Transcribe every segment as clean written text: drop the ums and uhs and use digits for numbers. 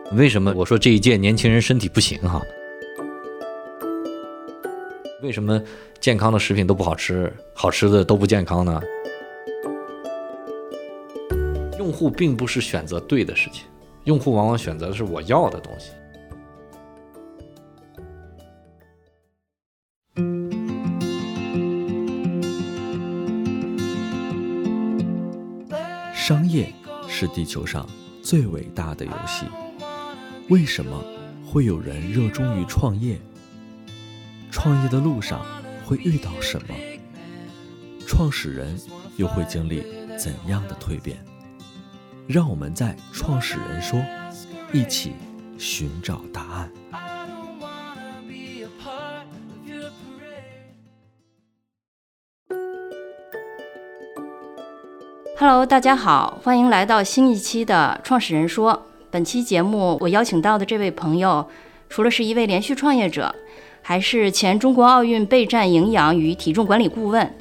为什么我说这一届年轻人身体不行哈？为什么健康的食品都不好吃，好吃的都不健康呢？用户并不是选择对的事情，用户往往选择的是我要的东西。 商业是地球上最伟大的游戏，为什么会有人热衷于创业？创业的路上会遇到什么？创始人又会经历怎样的蜕变？让我们在创始人说一起寻找答案。 Hello， 大家好，欢迎来到新一期的创始人说。本期节目我邀请到的这位朋友，除了是一位连续创业者，还是前中国奥运备战营养与体重管理顾问，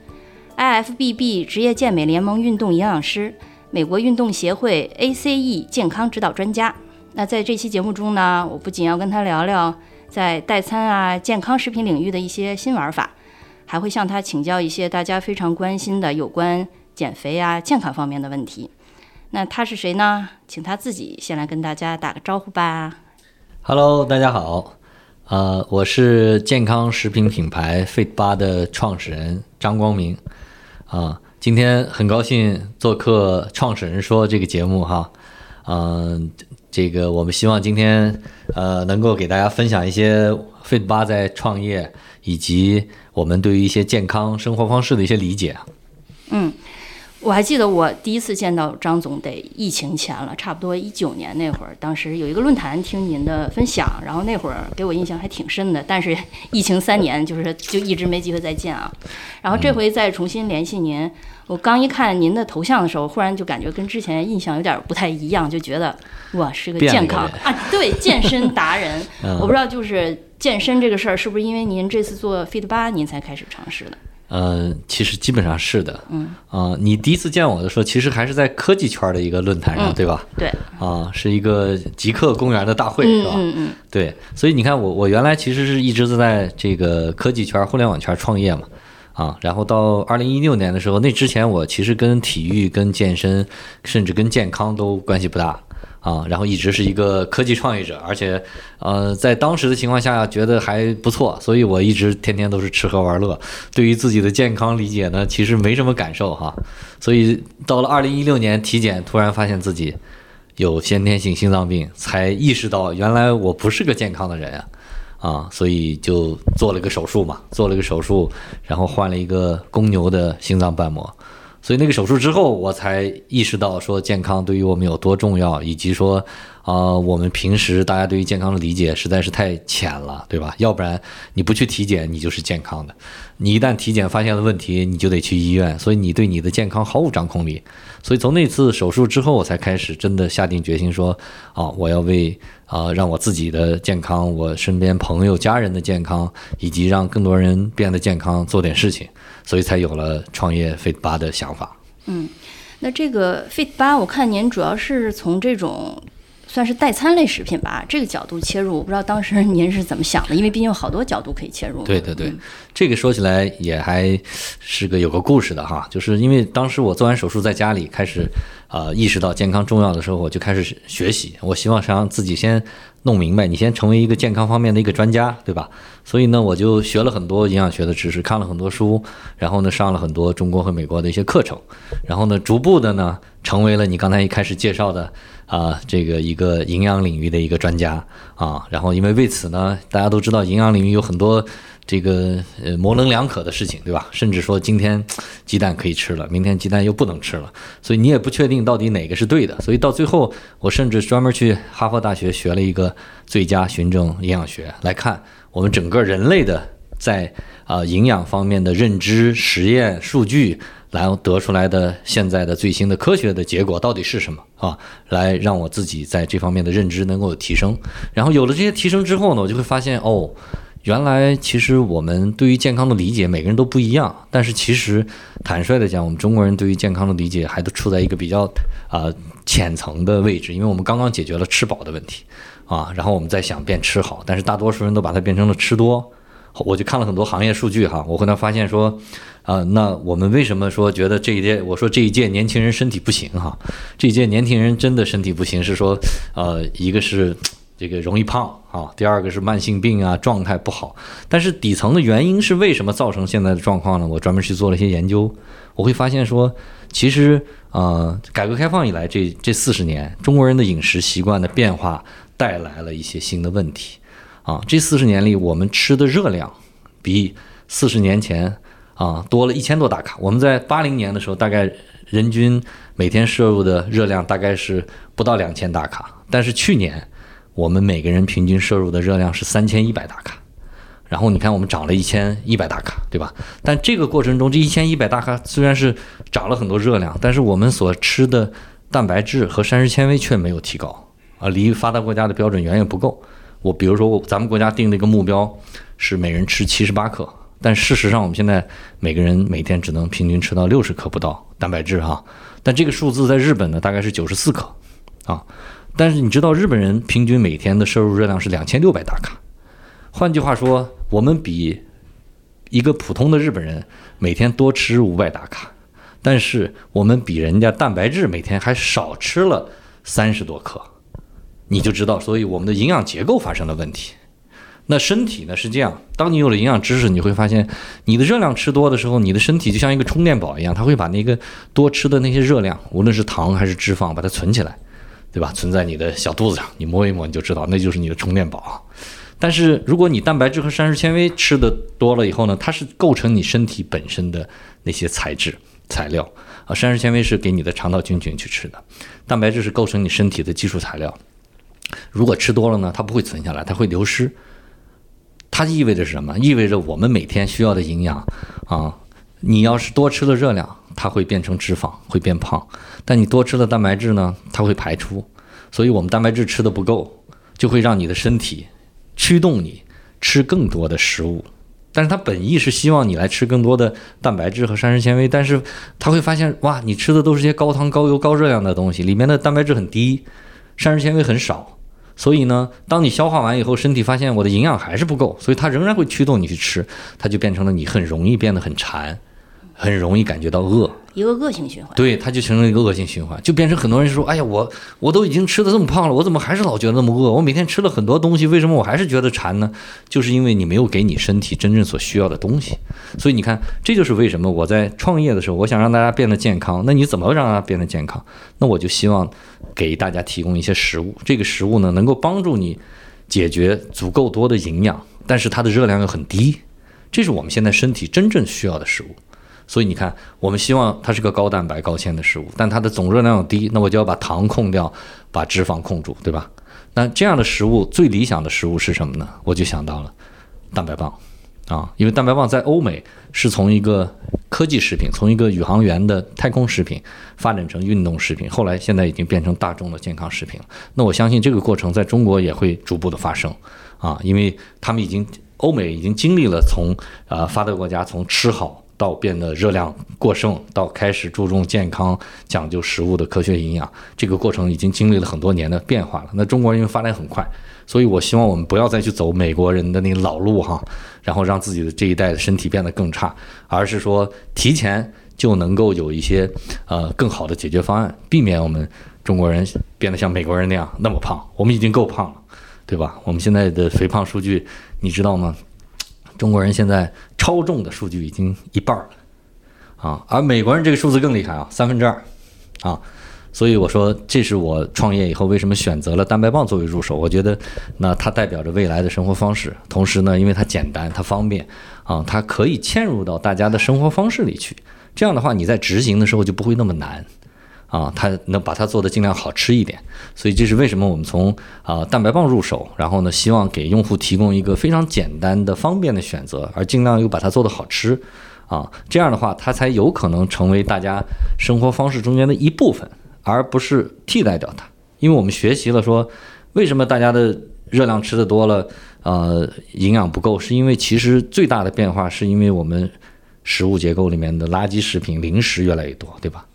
IFBB 职业健美联盟运动营养师，美国运动协会 ACE 健康指导专家。那在这期节目中呢，我不仅要跟他聊聊在代餐啊、健康食品领域的一些新玩法，还会向他请教一些大家非常关心的有关减肥啊、健康方面的问题。那他是谁呢？请他自己先来跟大家打个招呼吧。 Hello， 大家好，我是健康食品品牌 Fit8 的创始人张光明。今天很高兴做客创始人说这个节目哈。这个我们希望今天能够给大家分享一些 Fit8 在创业以及我们对于一些健康生活方式的一些理解。 我还记得我第一次见到张总得疫情前了，差不多19年那会儿，当时有一个论坛听您的分享，然后那会儿给我印象还挺深的，但是疫情3年就一直没机会再见啊。然后这回再重新联系您，我刚一看您的头像的时候，忽然就感觉跟之前印象有点不太一样，就觉得哇，是个健康啊，对，健身达人。我不知道就是健身这个事儿是不是因为您这次做 Fit8 您才开始尝试的？ 其实基本上是的。你第一次见我的时候，其实还是在科技圈的一个论坛上，对吧？对。是一个极客公园的大会，是吧？对。所以你看我原来其实是一直在这个科技圈、互联网圈创业嘛。然后到2016年的时候，那之前我其实跟体育、跟健身，甚至跟健康都关系不大。然后一直是一个科技创业者，而且在当时的情况下觉得还不错，所以我一直天天都是吃喝玩乐，对于自己的健康理解呢其实没什么感受哈。所以到了2016年体检，突然发现自己有先天性心脏病，才意识到原来我不是个健康的人所以就做了个手术，然后换了一个公牛的心脏瓣膜。所以那个手术之后，我才意识到说健康对于我们有多重要，以及说我们平时大家对于健康的理解实在是太浅了，对吧？要不然你不去体检，你就是健康的；你一旦体检发现了问题，你就得去医院，所以你对你的健康毫无掌控力。所以从那次手术之后，我才开始真的下定决心说我要为让我自己的健康、我身边朋友家人的健康，以及让更多人变得健康做点事情，所以才有了创业 Fit8 的想法。 那这个 Fit8 我看您主要是从这种算是代餐类食品吧这个角度切入，我不知道当时您是怎么想的，因为毕竟有好多角度可以切入。 对，这个说起来也还是有个故事的哈，就是因为当时我做完手术在家里开始意识到健康重要的时候，我就开始学习，我希望让自己先弄明白，你先成为一个健康方面的一个专家，对吧？所以呢，我就学了很多营养学的知识，看了很多书，然后呢上了很多中国和美国的一些课程，然后呢逐步的呢成为了你刚才一开始介绍的这个一个营养领域的一个专家然后因为为此呢，大家都知道营养领域有很多这个模棱两可的事情，对吧？甚至说今天鸡蛋可以吃了，明天鸡蛋又不能吃了，所以你也不确定到底哪个是对的。所以到最后，我甚至专门去哈佛大学学了一个最佳循证营养学，来看我们整个人类的在营养方面的认知、实验、数据，然后得出来的现在的最新的科学的结果到底是什么来让我自己在这方面的认知能够有提升。然后有了这些提升之后呢，我就会发现原来其实我们对于健康的理解每个人都不一样，但是其实坦率的讲，我们中国人对于健康的理解还都处在一个比较浅层的位置，因为我们刚刚解决了吃饱的问题啊，然后我们再想变吃好，但是大多数人都把它变成了吃多。我就看了很多行业数据哈，我后来发现说，那我们为什么说觉得这一届年轻人身体不行哈？这一届年轻人真的身体不行，是说，一个是这个容易胖啊，第二个是慢性病啊，状态不好。但是底层的原因是为什么造成现在的状况呢？我专门去做了一些研究，我会发现说，其实改革开放以来这40年，中国人的饮食习惯的变化带来了一些新的问题。这40年里，我们吃的热量比40年前多了1000多大卡。我们在80年的时候，大概人均每天摄入的热量大概是不到2000大卡，但是去年我们每个人平均摄入的热量是3100大卡。然后你看，我们涨了1100大卡，对吧？但这个过程中，这1100大卡虽然是涨了很多热量，但是我们所吃的蛋白质和膳食纤维却没有提高离发达国家的标准远远不够。比如说咱们国家定的一个目标是每人吃78克，但事实上我们现在每个人每天只能平均吃到60克不到蛋白质但这个数字在日本呢大概是94克但是你知道日本人平均每天的摄入热量是2600大卡，换句话说，我们比一个普通的日本人每天多吃500大卡，但是我们比人家蛋白质每天还少吃了30多克。你就知道，所以我们的营养结构发生了问题。那身体呢是这样，当你有了营养知识，你会发现你的热量吃多的时候，你的身体就像一个充电宝一样，它会把那个多吃的那些热量，无论是糖还是脂肪，把它存起来，对吧？存在你的小肚子上，你摸一摸你就知道，那就是你的充电宝。但是如果你蛋白质和膳食纤维吃的多了以后呢，它是构成你身体本身的那些材料膳食纤维是给你的肠道菌群去吃的，蛋白质是构成你身体的基础材料。如果吃多了呢，它不会存下来，它会流失。它意味着什么？意味着我们每天需要的营养你要是多吃了热量，它会变成脂肪，会变胖。但你多吃了蛋白质呢，它会排出。所以我们蛋白质吃的不够，就会让你的身体驱动你吃更多的食物。但是它本意是希望你来吃更多的蛋白质和膳食纤维，但是它会发现，哇，你吃的都是些高糖、高油、高热量的东西，里面的蛋白质很低，膳食纤维很少。所以呢，当你消化完以后，身体发现我的营养还是不够，所以它仍然会驱动你去吃，它就变成了你很容易变得很馋，很容易感觉到饿， 一个恶性循环。 对，它就形成了一个恶性循环，就变成很多人说，哎呀，我都已经吃的这么胖了，我怎么还是老觉得那么饿？我每天吃了很多东西，为什么我还是觉得馋呢？就是因为你没有给你身体真正所需要的东西。所以你看，这就是为什么我在创业的时候，我想让大家变得健康。那你怎么让大家变得健康？那我就希望给大家提供一些食物，这个食物呢能够帮助你解决足够多的营养，但是它的热量又很低，这是我们现在身体真正需要的食物。所以你看，我们希望它是个高蛋白高纤的食物，但它的总热量又低，那我就要把糖控掉，把脂肪控住，对吧？那这样的食物最理想的食物是什么呢？我就想到了蛋白棒因为蛋白棒在欧美是从一个科技食品，从一个宇航员的太空食品发展成运动食品，后来现在已经变成大众的健康食品了。那我相信这个过程在中国也会逐步的发生因为他们欧美已经经历了从发达国家从吃好到变得热量过剩，到开始注重健康、讲究食物的科学营养，这个过程已经经历了很多年的变化了。那中国人因为发展很快，所以我希望我们不要再去走美国人的那个老路然后让自己的这一代的身体变得更差，而是说提前就能够有一些更好的解决方案，避免我们中国人变得像美国人那样那么胖。我们已经够胖了，对吧？我们现在的肥胖数据你知道吗？中国人现在超重的数据已经1半了而美国人这个数字更厉害2/3所以我说这是我创业以后为什么选择了蛋白棒作为入手。我觉得那它代表着未来的生活方式，同时呢，因为它简单它方便它可以嵌入到大家的生活方式里去，这样的话你在执行的时候就不会那么难它能把它做得尽量好吃一点。所以这是为什么我们从蛋白棒入手，然后呢希望给用户提供一个非常简单的方便的选择，而尽量又把它做得好吃这样的话它才有可能成为大家生活方式中间的一部分，而不是替代掉它。因为我们学习了说为什么大家的热量吃的多了营养不够，是因为其实最大的变化是因为我们食物结构里面的垃圾食品零食越来越多，对吧？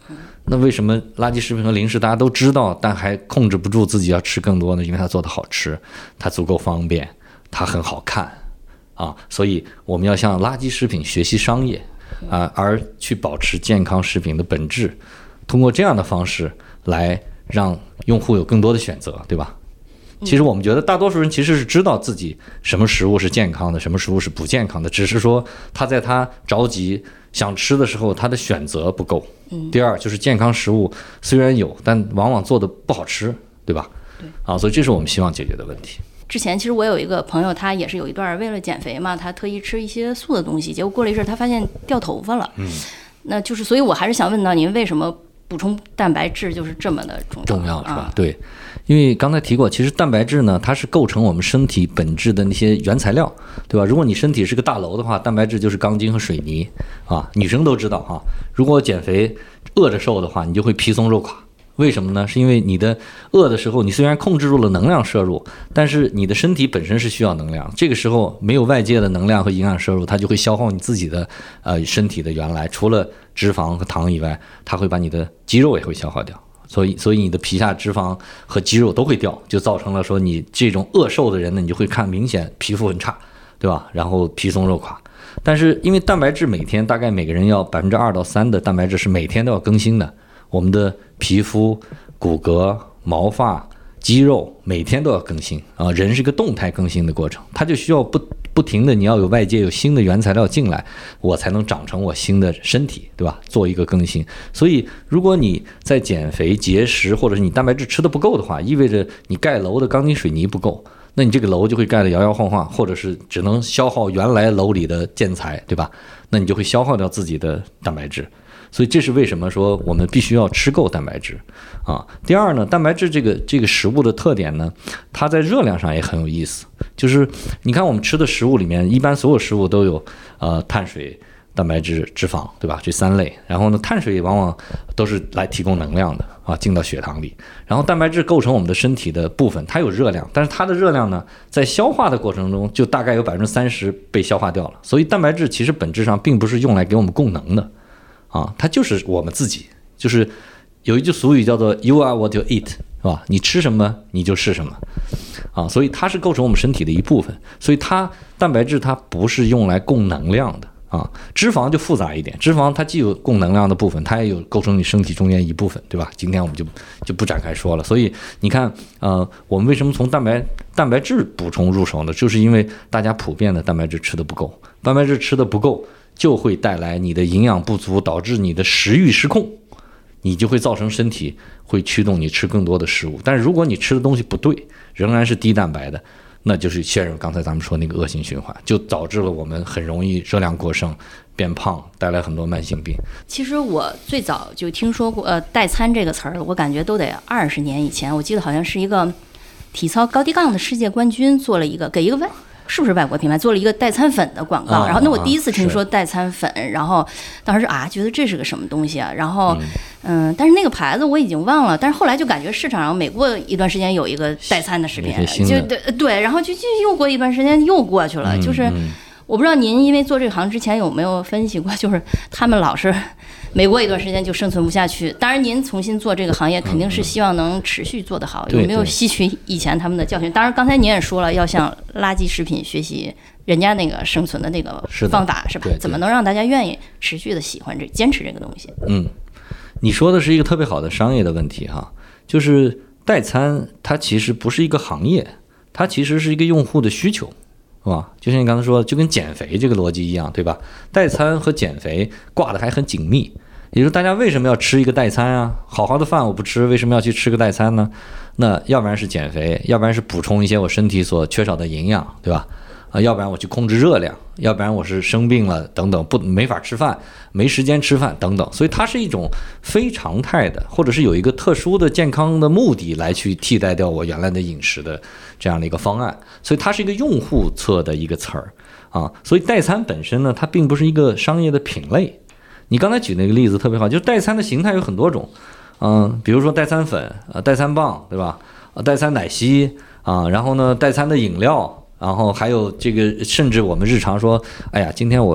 那为什么垃圾食品和零食大家都知道，但还控制不住自己要吃更多呢？因为它做的好吃，它足够方便，它很好看啊，所以我们要向垃圾食品学习商业啊，而去保持健康食品的本质，通过这样的方式来让用户有更多的选择，对吧？其实我们觉得大多数人其实是知道自己什么食物是健康的，什么食物是不健康的，只是说他在他着急想吃的时候，他的选择不够。第二就是健康食物虽然有，但往往做的不好吃，对吧？ 对啊，所以这是我们希望解决的问题。 之前其实我有一个朋友，他也是有一段为了减肥嘛，他特意吃一些素的东西，结果过了一阵他发现掉头发了。那就是所以我还是想问到您为什么补充蛋白质就是这么的重要是吧？对，因为刚才提过，其实蛋白质呢，它是构成我们身体本质的那些原材料，对吧？如果你身体是个大楼的话，蛋白质就是钢筋和水泥啊。女生都知道啊，如果减肥饿着瘦的话，你就会皮松肉垮。为什么呢？是因为你的饿的时候，你虽然控制住了能量摄入，但是你的身体本身是需要能量，这个时候没有外界的能量和营养摄入，它就会消耗你自己的身体的原来除了脂肪和糖以外，它会把你的肌肉也会消耗掉，所以你的皮下脂肪和肌肉都会掉，就造成了说你这种饿瘦的人呢，你就会看明显皮肤很差，对吧？然后皮松肉垮。但是因为蛋白质每天大概每个人要2%到3%的蛋白质是每天都要更新的，我们的皮肤、骨骼、毛发、肌肉每天都要更新啊，人是一个动态更新的过程，它就需要不停的，你要有外界有新的原材料进来，我才能长成我新的身体，对吧？做一个更新。所以如果你在减肥、节食，或者是你蛋白质吃的不够的话，意味着你盖楼的钢筋水泥不够，那你这个楼就会盖得摇摇晃晃，或者是只能消耗原来楼里的建材，对吧？那你就会消耗掉自己的蛋白质。所以这是为什么说我们必须要吃够蛋白质啊。第二呢，蛋白质这个食物的特点呢，它在热量上也很有意思。就是你看我们吃的食物里面，一般所有食物都有碳水、蛋白质、脂肪，对吧？这3类。然后呢，碳水往往都是来提供能量的啊，进到血糖里。然后蛋白质构成我们的身体的部分，它有热量，但是它的热量呢，在消化的过程中就大概有30%被消化掉了。所以蛋白质其实本质上并不是用来给我们供能的。啊，它就是我们自己，就是有一句俗语叫做 "You are what you eat"， 是吧？你吃什么你就是什么，啊，所以它是构成我们身体的一部分。所以蛋白质它不是用来供能量的啊。脂肪就复杂一点，脂肪它既有供能量的部分，它也有构成你身体中间一部分，对吧？今天我们就不展开说了。所以你看，我们为什么从蛋白质补充入手呢？就是因为大家普遍的蛋白质吃的不够，蛋白质吃的不够，就会带来你的营养不足，导致你的食欲失控，你就会造成身体会驱动你吃更多的食物。但是如果你吃的东西不对，仍然是低蛋白的，那就是陷入刚才咱们说那个恶性循环，就导致了我们很容易热量过剩、变胖，带来很多慢性病。 其实我最早就听说过代餐这个词儿，我感觉都得20年以前，我记得好像是一个体操高低杠的世界冠军做了一个给一个是不是外国品牌做了一个代餐粉的广告，然后那我第一次听说代餐粉，然后当时觉得这是个什么东西啊，然后但是那个牌子我已经忘了，但是后来就感觉市场上每过一段时间有一个代餐的食品，就对，然后就又过一段时间又过去了，就是我不知道您因为做这个行之前有没有分析过，就是他们老是每过一段时间就生存不下去。当然您重新做这个行业肯定是希望能持续做得好，有没有吸取以前他们的教训？当然刚才您也说了要向垃圾食品学习人家那个生存的那个方法，是吧？怎么能让大家愿意持续的喜欢坚持这个东西？ 你说的是一个特别好的商业的问题哈，就是代餐它其实不是一个行业，它其实是一个用户的需求，是吧？就像你刚才说，就跟减肥这个逻辑一样，对吧？代餐和减肥挂的还很紧密，也就是大家为什么要吃一个代餐啊？好好的饭我不吃，为什么要去吃个代餐呢？那要不然是减肥，要不然是补充一些我身体所缺少的营养，对吧？要不然我去控制热量，要不然我是生病了等等，没法吃饭，没时间吃饭等等，所以它是一种非常态的，或者是有一个特殊的健康的目的来去替代掉我原来的饮食的这样的一个方案，所以它是一个用户侧的一个词儿啊。所以代餐本身呢，它并不是一个商业的品类。你刚才举那个例子特别好，就是代餐的形态有很多种，比如说代餐粉、代餐棒，对吧？代餐奶昔啊，然后呢，代餐的饮料。然后还有这个，甚至我们日常说，哎呀，今天我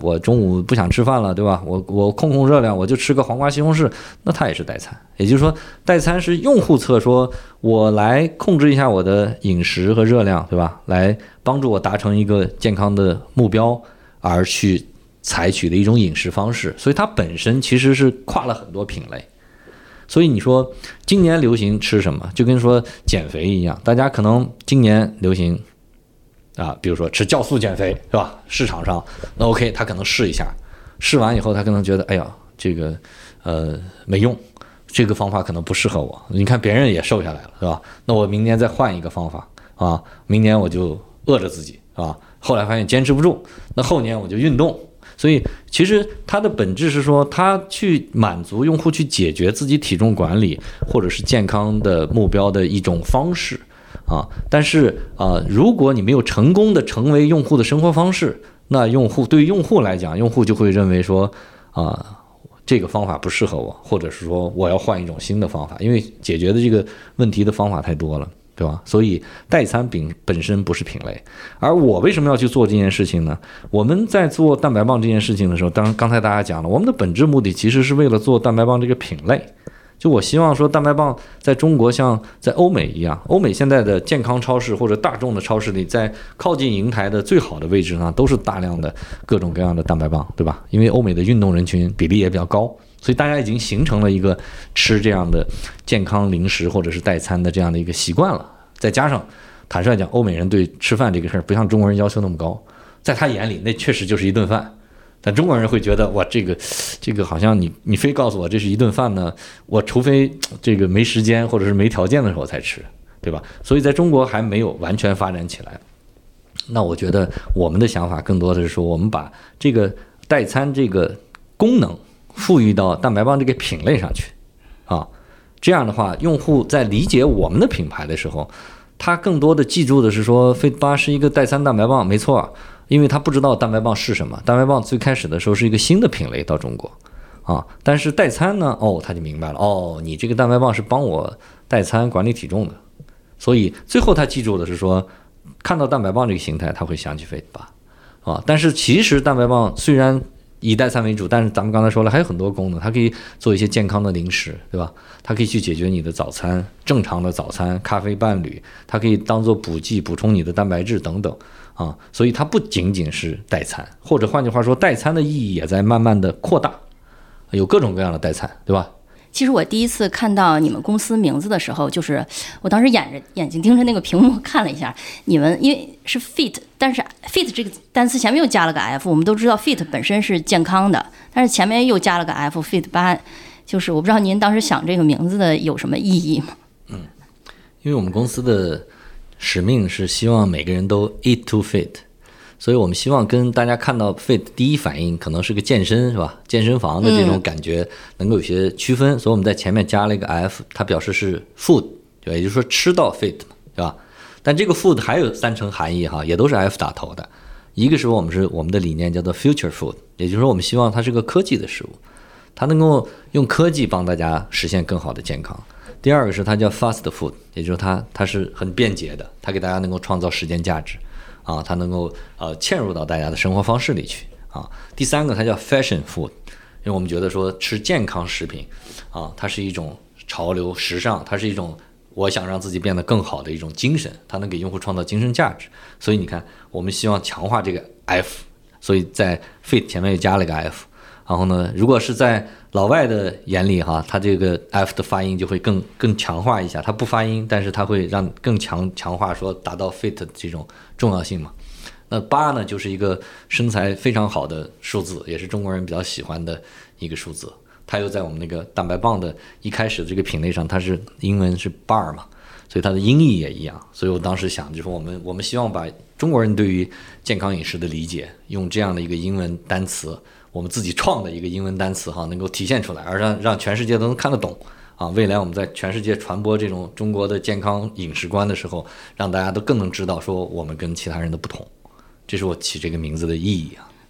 我中午不想吃饭了，对吧？我控热量，我就吃个黄瓜西红柿，那它也是代餐。也就是说，代餐是用户侧说我来控制一下我的饮食和热量，对吧？来帮助我达成一个健康的目标而去采取的一种饮食方式，所以它本身其实是跨了很多品类。所以你说今年流行吃什么，就跟说减肥一样，大家可能今年流行比如说吃酵素减肥，是吧？市场上那 OK， 他可能试一下，试完以后他可能觉得，哎呀，这个没用，这个方法可能不适合我。你看别人也瘦下来了，是吧？那我明年再换一个方法啊，明年我就饿着自己啊，后来发现坚持不住，那后年我就运动。所以其实它的本质是说，它去满足用户去解决自己体重管理或者是健康的目标的一种方式。但是如果你没有成功的成为用户的生活方式，那对于用户来讲，用户就会认为说这个方法不适合我，或者是说我要换一种新的方法，因为解决的这个问题的方法太多了，对吧？所以代餐本身不是品类。而我为什么要去做这件事情呢？我们在做蛋白棒这件事情的时候，刚才大家讲了，我们的本质目的其实是为了做蛋白棒这个品类。就我希望说蛋白棒在中国像在欧美一样，欧美现在的健康超市或者大众的超市里，在靠近银台的最好的位置上都是大量的各种各样的蛋白棒，对吧？因为欧美的运动人群比例也比较高，所以大家已经形成了一个吃这样的健康零食或者是代餐的这样的一个习惯了。再加上坦率讲，欧美人对吃饭这个事儿不像中国人要求那么高，在他眼里那确实就是一顿饭。但中国人会觉得，哇，这个好像你非告诉我这是一顿饭呢，我除非这个没时间或者是没条件的时候才吃，对吧？所以在中国还没有完全发展起来。那我觉得我们的想法更多的是说，我们把这个代餐这个功能赋予到蛋白棒这个品类上去这样的话，用户在理解我们的品牌的时候，他更多的记住的是说，Fit8是一个代餐蛋白棒，没错。因为他不知道蛋白棒是什么，蛋白棒最开始的时候是一个新的品类到中国但是代餐呢，他就明白了，你这个蛋白棒是帮我代餐管理体重的，所以最后他记住的是说，看到蛋白棒这个形态，他会想起Fit8但是其实蛋白棒虽然以代餐为主，但是咱们刚才说了还有很多功能，它可以做一些健康的零食，对吧？它可以去解决你的早餐，正常的早餐、咖啡伴侣，它可以当做补剂，补充你的蛋白质等等所以它不仅仅是代餐，或者换句话说，代餐的意义也在慢慢的扩大，有各种各样的代餐，对吧？ 其实我第一次看到你们公司名字的时候，就是我当时眼睛盯着那个屏幕看了一下，你们因为是 fit， 但是 fit 这个单词前面又加了个 f， 我们都知道 fit 本身是健康的，但是前面又加了个 f， Fit8，就是我不知道您当时想这个名字的有什么意义吗？ 因为我们公司的使命是希望每个人都 eat to fit， 所以我们希望跟大家看到 fit 第一反应可能是个健身，是吧？健身房的这种感觉能够有些区分，所以我们在前面加了一个 f， 它表示是 food， 对吧？也就是说吃到 fit， 对吧？但这个 food 还有3层含义也都是 f 打头的。一个是我们的理念叫做 future food， 也就是说我们希望它是个科技的食物，它能够用科技帮大家实现更好的健康。第二个是它叫 fast food， 也就是它是很便捷的，它给大家能够创造时间价值它能够嵌入到大家的生活方式里去第三个它叫 fashion food， 因为我们觉得说吃健康食品它是一种潮流时尚，它是一种我想让自己变得更好的一种精神，它能给用户创造精神价值。所以你看，我们希望强化这个 F， 所以在 Fit 前面又加了个 F。然后呢，如果是在老外的眼里它这个 F 的发音就会更强化一下，它不发音，但是它会让更强化说达到 Fit 的这种重要性嘛。那8呢，就是一个身材非常好的数字，也是中国人比较喜欢的一个数字。它又在我们那个蛋白棒的一开始的这个品类上，它是英文是 bar 嘛，所以它的音译也一样。所以我当时想，就是我们希望把中国人对于健康饮食的理解，用这样的一个英文单词，我们自己创的一个英文单词能够体现出来，而让全世界都能看得懂未来我们在全世界传播这种中国的健康饮食观的时候，让大家都更能知道说我们跟其他人的不同。这是我起这个名字的意义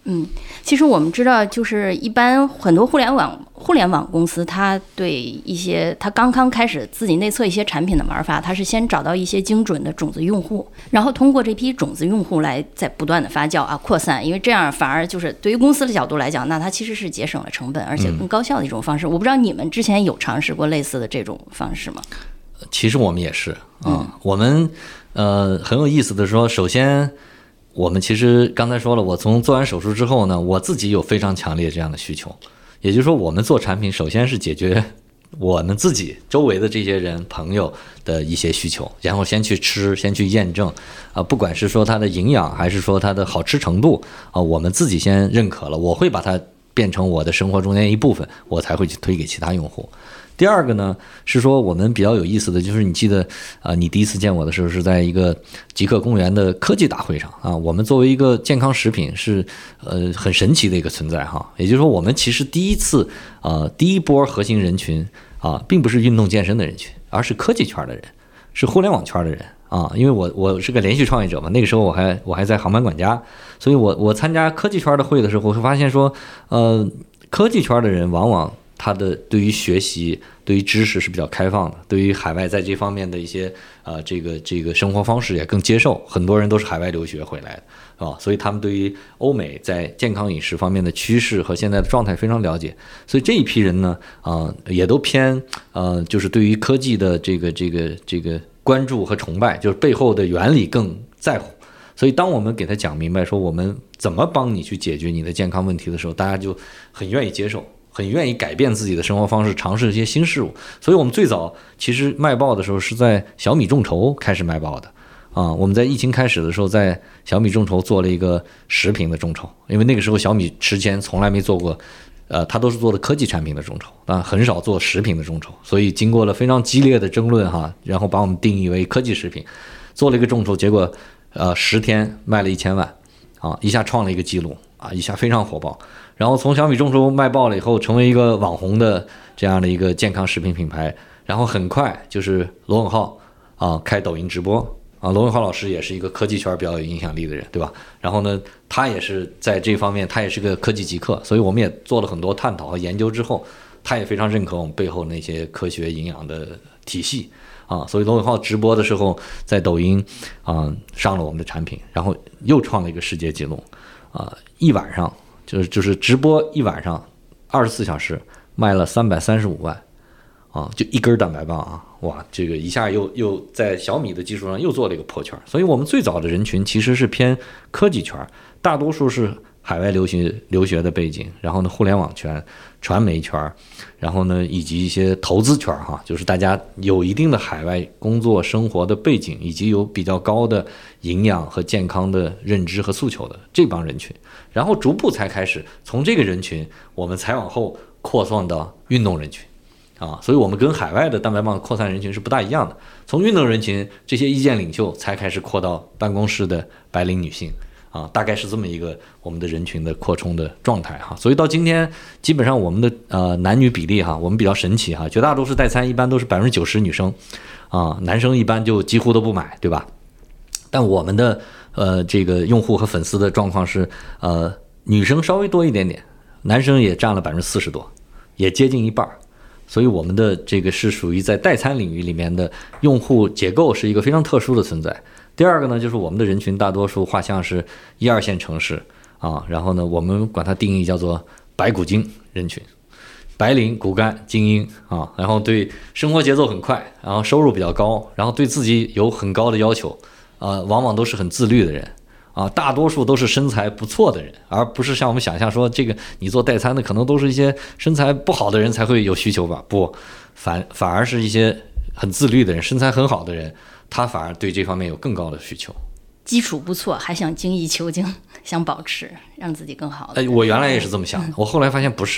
其实我们知道，就是一般很多互联网公司，它对一些它刚刚开始自己内测一些产品的玩法，它是先找到一些精准的种子用户，然后通过这批种子用户来再不断的发酵扩散，因为这样反而就是对于公司的角度来讲，那它其实是节省了成本，而且更高效的一种方式。我不知道你们之前有尝试过类似的这种方式吗？ 其实我们也是我们很有意思的说，首先我们其实刚才说了，我从做完手术之后呢，我自己有非常强烈这样的需求，也就是说我们做产品首先是解决我们自己周围的这些人朋友的一些需求，然后先去吃，先去验证不管是说它的营养还是说它的好吃程度我们自己先认可了，我会把它变成我的生活中间一部分，我才会去推给其他用户。第二个呢是说我们比较有意思的就是你记得你第一次见我的时候是在一个极客公园的科技大会上我们作为一个健康食品是很神奇的一个存在也就是说我们其实第一波核心人群并不是运动健身的人群，而是科技圈的人，是互联网圈的人因为我是个连续创业者嘛，那个时候我还在航班管家，所以我参加科技圈的会的时候，我会发现说科技圈的人往往他的对于学习对于知识是比较开放的，对于海外在这方面的一些这个生活方式也更接受，很多人都是海外留学回来的所以他们对于欧美在健康饮食方面的趋势和现在的状态非常了解，所以这一批人呢也都偏就是对于科技的这个关注和崇拜，就是背后的原理更在乎，所以当我们给他讲明白说我们怎么帮你去解决你的健康问题的时候，大家就很愿意接受，很愿意改变自己的生活方式，尝试一些新事物。所以我们最早其实卖报的时候是在小米众筹开始卖报的我们在疫情开始的时候在小米众筹做了一个食品的众筹，因为那个时候小米之前从来没做过它都是做的科技产品的众筹很少做食品的众筹，所以经过了非常激烈的争论然后把我们定义为科技食品，做了一个众筹，结果10天卖了1000万一下创了一个记录一下非常火爆，然后从小米众筹卖爆了以后，成为一个网红的这样的一个健康食品品牌，然后很快就是罗永浩开抖音直播罗永浩老师也是一个科技圈比较有影响力的人，对吧？然后呢，他也是在这方面，他也是个科技极客，所以我们也做了很多探讨和研究之后，他也非常认可我们背后那些科学营养的体系所以罗永浩直播的时候在抖音上了我们的产品，然后又创了一个世界纪录一晚上就是直播一晚上24小时卖了335万就一根蛋白棒哇，这个一下又在小米的基础上又做了一个破圈。所以我们最早的人群其实是偏科技圈，大多数是海外留学的背景，然后呢互联网圈、传媒圈，然后呢以及一些投资圈就是大家有一定的海外工作生活的背景，以及有比较高的营养和健康的认知和诉求的这帮人群，然后逐步才开始从这个人群我们才往后扩散到运动人群所以我们跟海外的蛋白棒扩散人群是不大一样的，从运动人群这些意见领袖才开始扩到办公室的白领女性大概是这么一个我们的人群的扩充的状态所以到今天基本上我们的男女比例我们比较神奇绝大多数代餐一般都是90%女生男生一般就几乎都不买，对吧？但我们的这个用户和粉丝的状况是女生稍微多一点点，男生也占了40%多，也接近一半。所以我们的这个是属于在代餐领域里面的用户结构是一个非常特殊的存在。第二个呢，就是我们的人群大多数画像是1、2线城市然后呢我们管它定义叫做白骨精人群，白领骨干精英然后对生活节奏很快，然后收入比较高，然后对自己有很高的要求往往都是很自律的人大多数都是身材不错的人，而不是像我们想象说这个你做代餐的可能都是一些身材不好的人才会有需求吧？不，反而是一些很自律的人，身材很好的人，他反而对这方面有更高的需求。 基础不错，还想精益求精，想保持让自己更好。 我原来也是这么想的，我后来发现不是，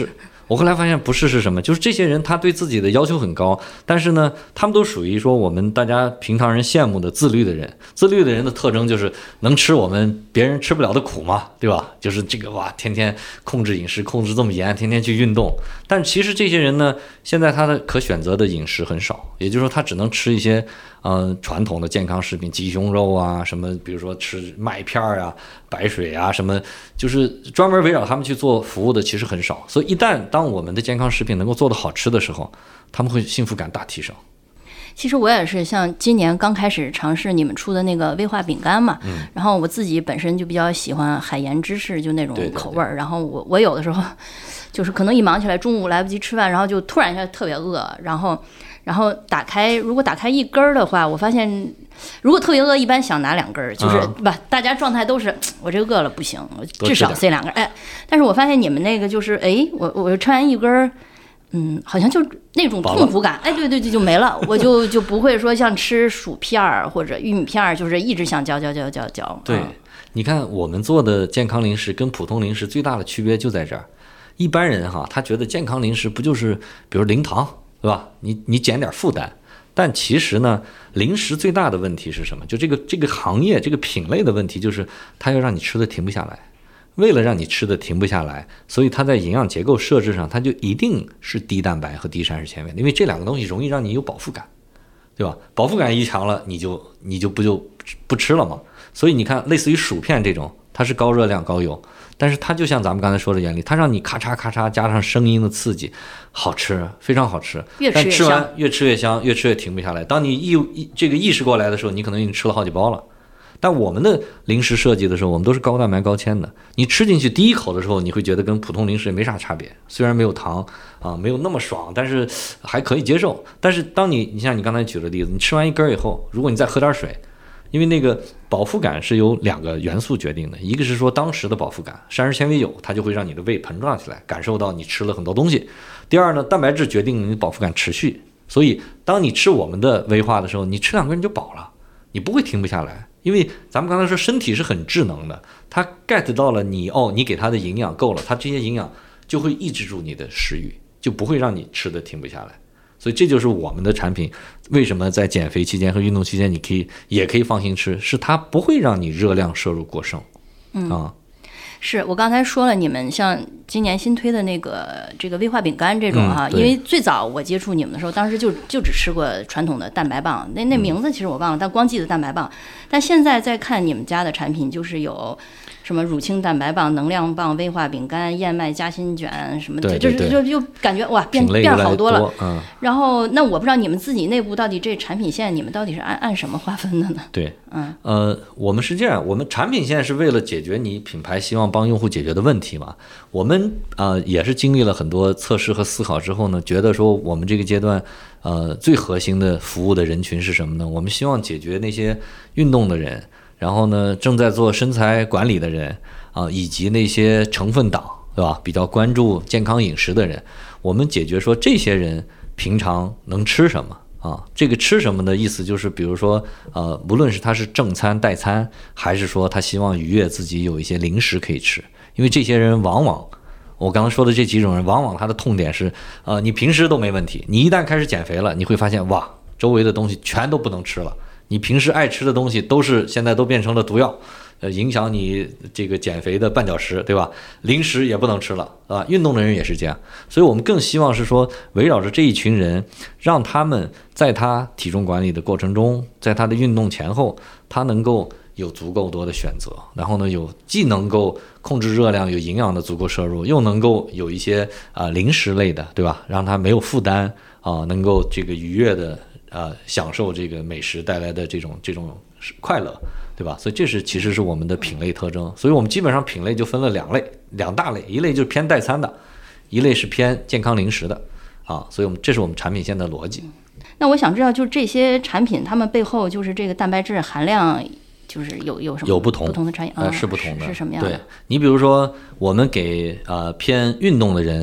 我后来发现不是什么，就是这些人他对自己的要求很高，但是呢，他们都属于说我们大家平常人羡慕的自律的人。自律的人的特征就是能吃我们别人吃不了的苦嘛，对吧？就是这个哇，天天控制饮食，控制这么严，天天去运动。但其实这些人呢，现在他的可选择的饮食很少，也就是说他只能吃一些传统的健康食品，鸡胸肉啊什么，比如说吃麦片啊、白水啊什么，就是专门围绕他们去做服务的其实很少。所以一旦当我们的健康食品能够做得好吃的时候，他们会幸福感大提升。 其实我也是像今年刚开始尝试你们出的那个威化饼干嘛，然后我自己本身就比较喜欢海盐芝士，就那种口味儿。然后我有的时候就是可能一忙起来，中午来不及吃饭，然后就突然一下特别饿，然后如果打开一根的话，我发现如果特别饿，一般想拿2根，就是大家状态都是我这个饿了不行，我至少塞2根。但是我发现你们那个就是我吃完一根。好像就那种痛苦感，对，就没了，我就不会说像吃薯片或者玉米片，就是一直想嚼。 对，你看我们做的健康零食跟普通零食最大的区别就在这儿。一般人他觉得健康零食不就是比如零糖，对吧？你减点负担。但其实呢，零食最大的问题是什么？就这个行业这个品类的问题，就是它要让你吃的停不下来。为了让你吃的停不下来，所以它在营养结构设置上，它就一定是低蛋白和低膳食纤维，因为这2个东西容易让你有饱腹感，对吧？饱腹感一强了，你就不吃了嘛。所以你看，类似于薯片这种，它是高热量高油，但是它就像咱们刚才说的原理，它让你咔嚓咔嚓加上声音的刺激，好吃，非常好吃。但吃完越吃越香，越吃越停不下来。当你意识过来的时候，你可能已经吃了好几包了。但我们的零食设计的时候，我们都是高蛋白高纤的。你吃进去第一口的时候，你会觉得跟普通零食也没啥差别，虽然没有糖没有那么爽，但是还可以接受。但是当你像你刚才举的例子，你吃完一根以后，如果你再喝点水，因为那个饱腹感是由2个元素决定的，一个是说当时的饱腹感，膳食纤维有，它就会让你的胃膨胀起来，感受到你吃了很多东西。第二呢，蛋白质决定你的饱腹感持续，所以当你吃我们的威化的时候，你吃2根你就饱了，你不会停不下来。因为咱们刚才说身体是很智能的，它 get 到了你给它的营养够了，它这些营养就会抑制住你的食欲，就不会让你吃的停不下来。所以这就是我们的产品为什么在减肥期间和运动期间也可以放心吃，是它不会让你热量摄入过剩。 是我刚才说了，你们像今年新推的这个威化饼干这种因为最早我接触你们的时候，当时就只吃过传统的蛋白棒，那名字其实我忘了，但光记得蛋白棒。但现在再看你们家的产品，就是有什么乳清蛋白棒、能量棒、威化饼干、燕麦夹心卷什么的，就感觉哇变好多了。然后那我不知道你们自己内部到底这产品线你们到底是按什么划分的呢？ 对，我们是这样，我们产品线是为了解决你品牌希望帮用户解决的问题嘛。我们也是经历了很多测试和思考之后呢，觉得说我们这个阶段最核心的服务的人群是什么呢？我们希望解决那些运动的人，然后呢正在做身材管理的人以及那些成分党，对吧？比较关注健康饮食的人，我们解决说这些人平常能吃什么。这个吃什么的意思就是，比如说，无论是他是正餐、代餐，还是说他希望愉悦自己有一些零食可以吃，因为这些人往往，我刚刚说的这几种人，往往他的痛点是，你平时都没问题，你一旦开始减肥了，你会发现，哇，周围的东西全都不能吃了，你平时爱吃的东西现在都变成了毒药。影响你这个减肥的绊脚石，对吧？零食也不能吃了啊，运动的人也是这样，所以我们更希望是说，围绕着这一群人，让他们在他体重管理的过程中，在他的运动前后，他能够有足够多的选择，然后呢，既能够控制热量、有营养的足够摄入，又能够有一些零食类的，对吧？让他没有负担能够这个愉悦的享受这个美食带来的这种快乐。对吧？所以这其实是我们的品类特征，所以我们基本上品类就分了两大类，一类就是偏代餐的，一类是偏健康零食的所以这是我们产品线的逻辑。 那我想知道，就是这些产品它们背后就是这个蛋白质含量就是有什么有不同的差异是不同的， 是什么样的？ 对，你比如说我们给偏运动的人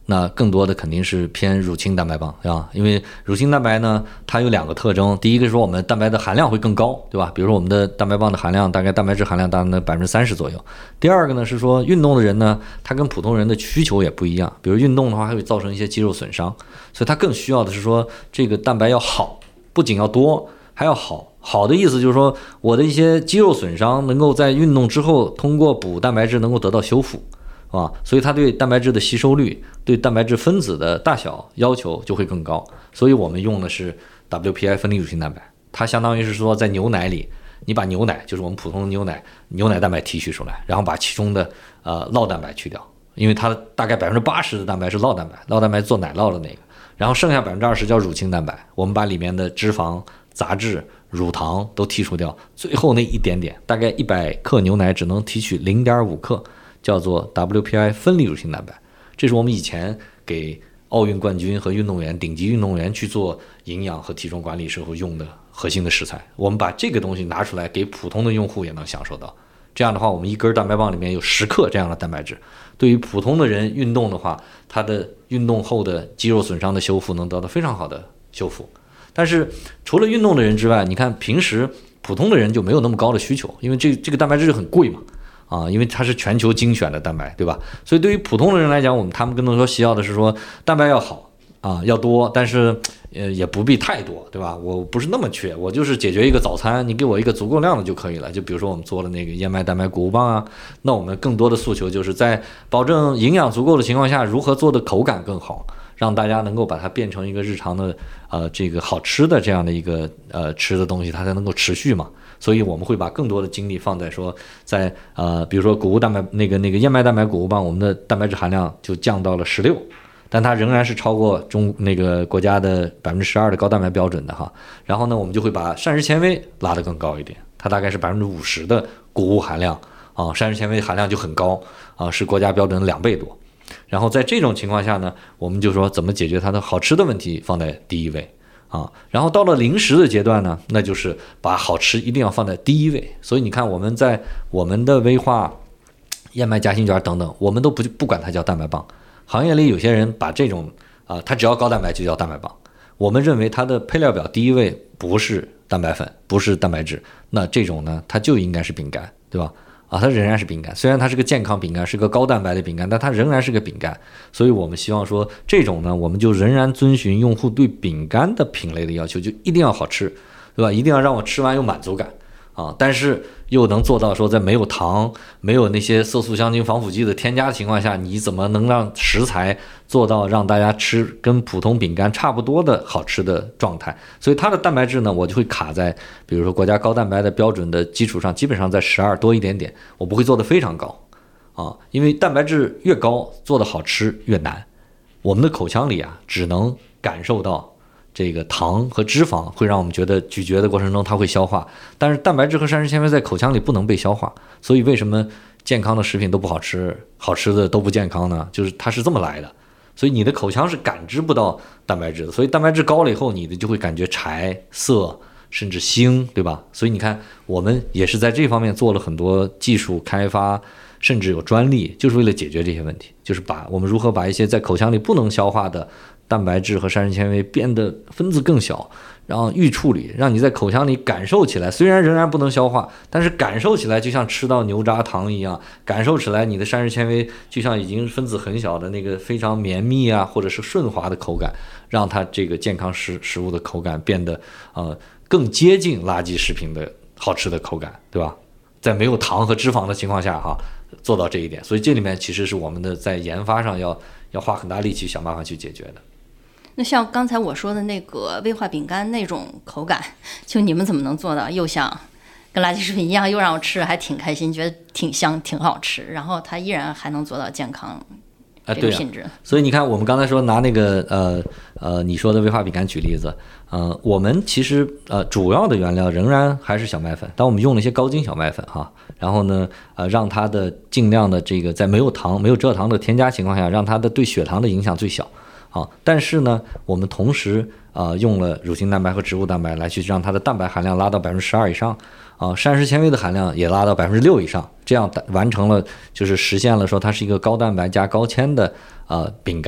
那更多的肯定是偏乳清蛋白棒，对吧？因为乳清蛋白呢，它有2个特征，第一个是说我们蛋白的含量会更高，对吧？比如说我们的蛋白棒的含量大概蛋白质含量大概30%左右。第二个呢是说运动的人呢，他跟普通人的需求也不一样，比如运动的话，还会造成一些肌肉损伤，所以他更需要的是说这个蛋白要好，不仅要多，还要好。好的意思就是说，我的一些肌肉损伤能够在运动之后通过补蛋白质能够得到修复。所以它对蛋白质的吸收率、对蛋白质分子的大小要求就会更高。所以我们用的是 WPI 分离乳清蛋白，它相当于是说在牛奶里，你把牛奶就是我们普通的牛奶蛋白提取出来，然后把其中的酪蛋白去掉，因为它大概80%的蛋白是酪蛋白做奶酪的那个，然后剩下20%叫乳清蛋白，我们把里面的脂肪、杂质、乳糖都剔除掉，最后那一点点，大概100克牛奶只能提取0.5克。叫做 WPI 分离乳清蛋白，这是我们以前给奥运冠军和运动员、顶级运动员去做营养和体重管理时候用的核心的食材。我们把这个东西拿出来给普通的用户也能享受到。这样的话，我们一根蛋白棒里面有10克这样的蛋白质，对于普通的人运动的话，他的运动后的肌肉损伤的修复能得到非常好的修复。但是除了运动的人之外，你看平时普通的人就没有那么高的需求，因为这个蛋白质很贵嘛。因为它是全球精选的蛋白，对吧？所以对于普通的人来讲，他们更多说需要的是说蛋白要好要多，但是也不必太多，对吧？我不是那么缺，我就是解决一个早餐，你给我一个足够量的就可以了。就比如说我们做的那个燕麦蛋白谷物棒那我们更多的诉求就是在保证营养足够的情况下，如何做的口感更好，让大家能够把它变成一个日常的这个好吃的这样的一个吃的东西，它才能够持续嘛。所以我们会把更多的精力放在说，在比如说谷物蛋白那个燕麦蛋白谷物棒，我们的蛋白质含量就降到了16，但它仍然是超过那个国家的12%的高蛋白标准的哈。然后呢，我们就会把膳食纤维拉得更高一点，它大概是50%的谷物含量膳食纤维含量就很高是国家标准的2倍多。然后在这种情况下呢，我们就说怎么解决它的好吃的问题放在第一位。然后到了零食的阶段呢，那就是把好吃一定要放在第一位。所以你看我们在我们的威化、燕麦夹心卷等等，我们都不管它叫蛋白棒。行业里有些人把这种它只要高蛋白就叫蛋白棒。我们认为它的配料表第一位不是蛋白粉，不是蛋白质，那这种呢，它就应该是饼干，对吧？它仍然是饼干，虽然它是个健康饼干，是个高蛋白的饼干，但它仍然是个饼干。所以我们希望说，这种呢，我们就仍然遵循用户对饼干的品类的要求，就一定要好吃，对吧？一定要让我吃完有满足感但是又能做到说，在没有糖、没有那些色素、香精、防腐剂的添加的情况下，你怎么能让食材做到让大家吃跟普通饼干差不多的好吃的状态？所以它的蛋白质呢，我就会卡在比如说国家高蛋白的标准的基础上，基本上在12多一点点，我不会做得非常高因为蛋白质越高，做得好吃越难。我们的口腔里只能感受到这个糖和脂肪会让我们觉得咀嚼的过程中它会消化，但是蛋白质和膳食纤维在口腔里不能被消化，所以为什么健康的食品都不好吃，好吃的都不健康呢？就是它是这么来的。所以你的口腔是感知不到蛋白质的，所以蛋白质高了以后，你的就会感觉柴、涩，甚至腥，对吧？所以你看，我们也是在这方面做了很多技术开发，甚至有专利，就是为了解决这些问题，就是我们如何把一些在口腔里不能消化的蛋白质和膳食纤维变得分子更小，然后预处理，让你在口腔里感受起来，虽然仍然不能消化，但是感受起来就像吃到牛轧糖一样，感受起来你的膳食纤维就像已经分子很小的那个非常绵密或者是顺滑的口感，让它这个健康食物的口感变得更接近垃圾食品的好吃的口感，对吧？在没有糖和脂肪的情况下做到这一点，所以这里面其实是我们的在研发上要花很大力气想办法去解决的。 那像刚才我说的那个威化饼干那种口感，就你们怎么能做到又像跟垃圾食品一样，又让我吃还挺开心，觉得挺香挺好吃，然后它依然还能做到健康这个品质。 所以你看我们刚才说拿那个你说的威化饼干举例子，我们其实主要的原料仍然还是小麦粉，但我们用了一些高筋小麦粉然后呢让它的尽量的这个在没有糖没有蔗糖的添加情况下，让它的对血糖的影响最小但是呢我们同时用了乳清蛋白和植物蛋白来去让它的蛋白含量拉到12%以上膳食纤维的含量也拉到6%以上，这样完成了就是实现了说它是一个高蛋白加高纤的饼干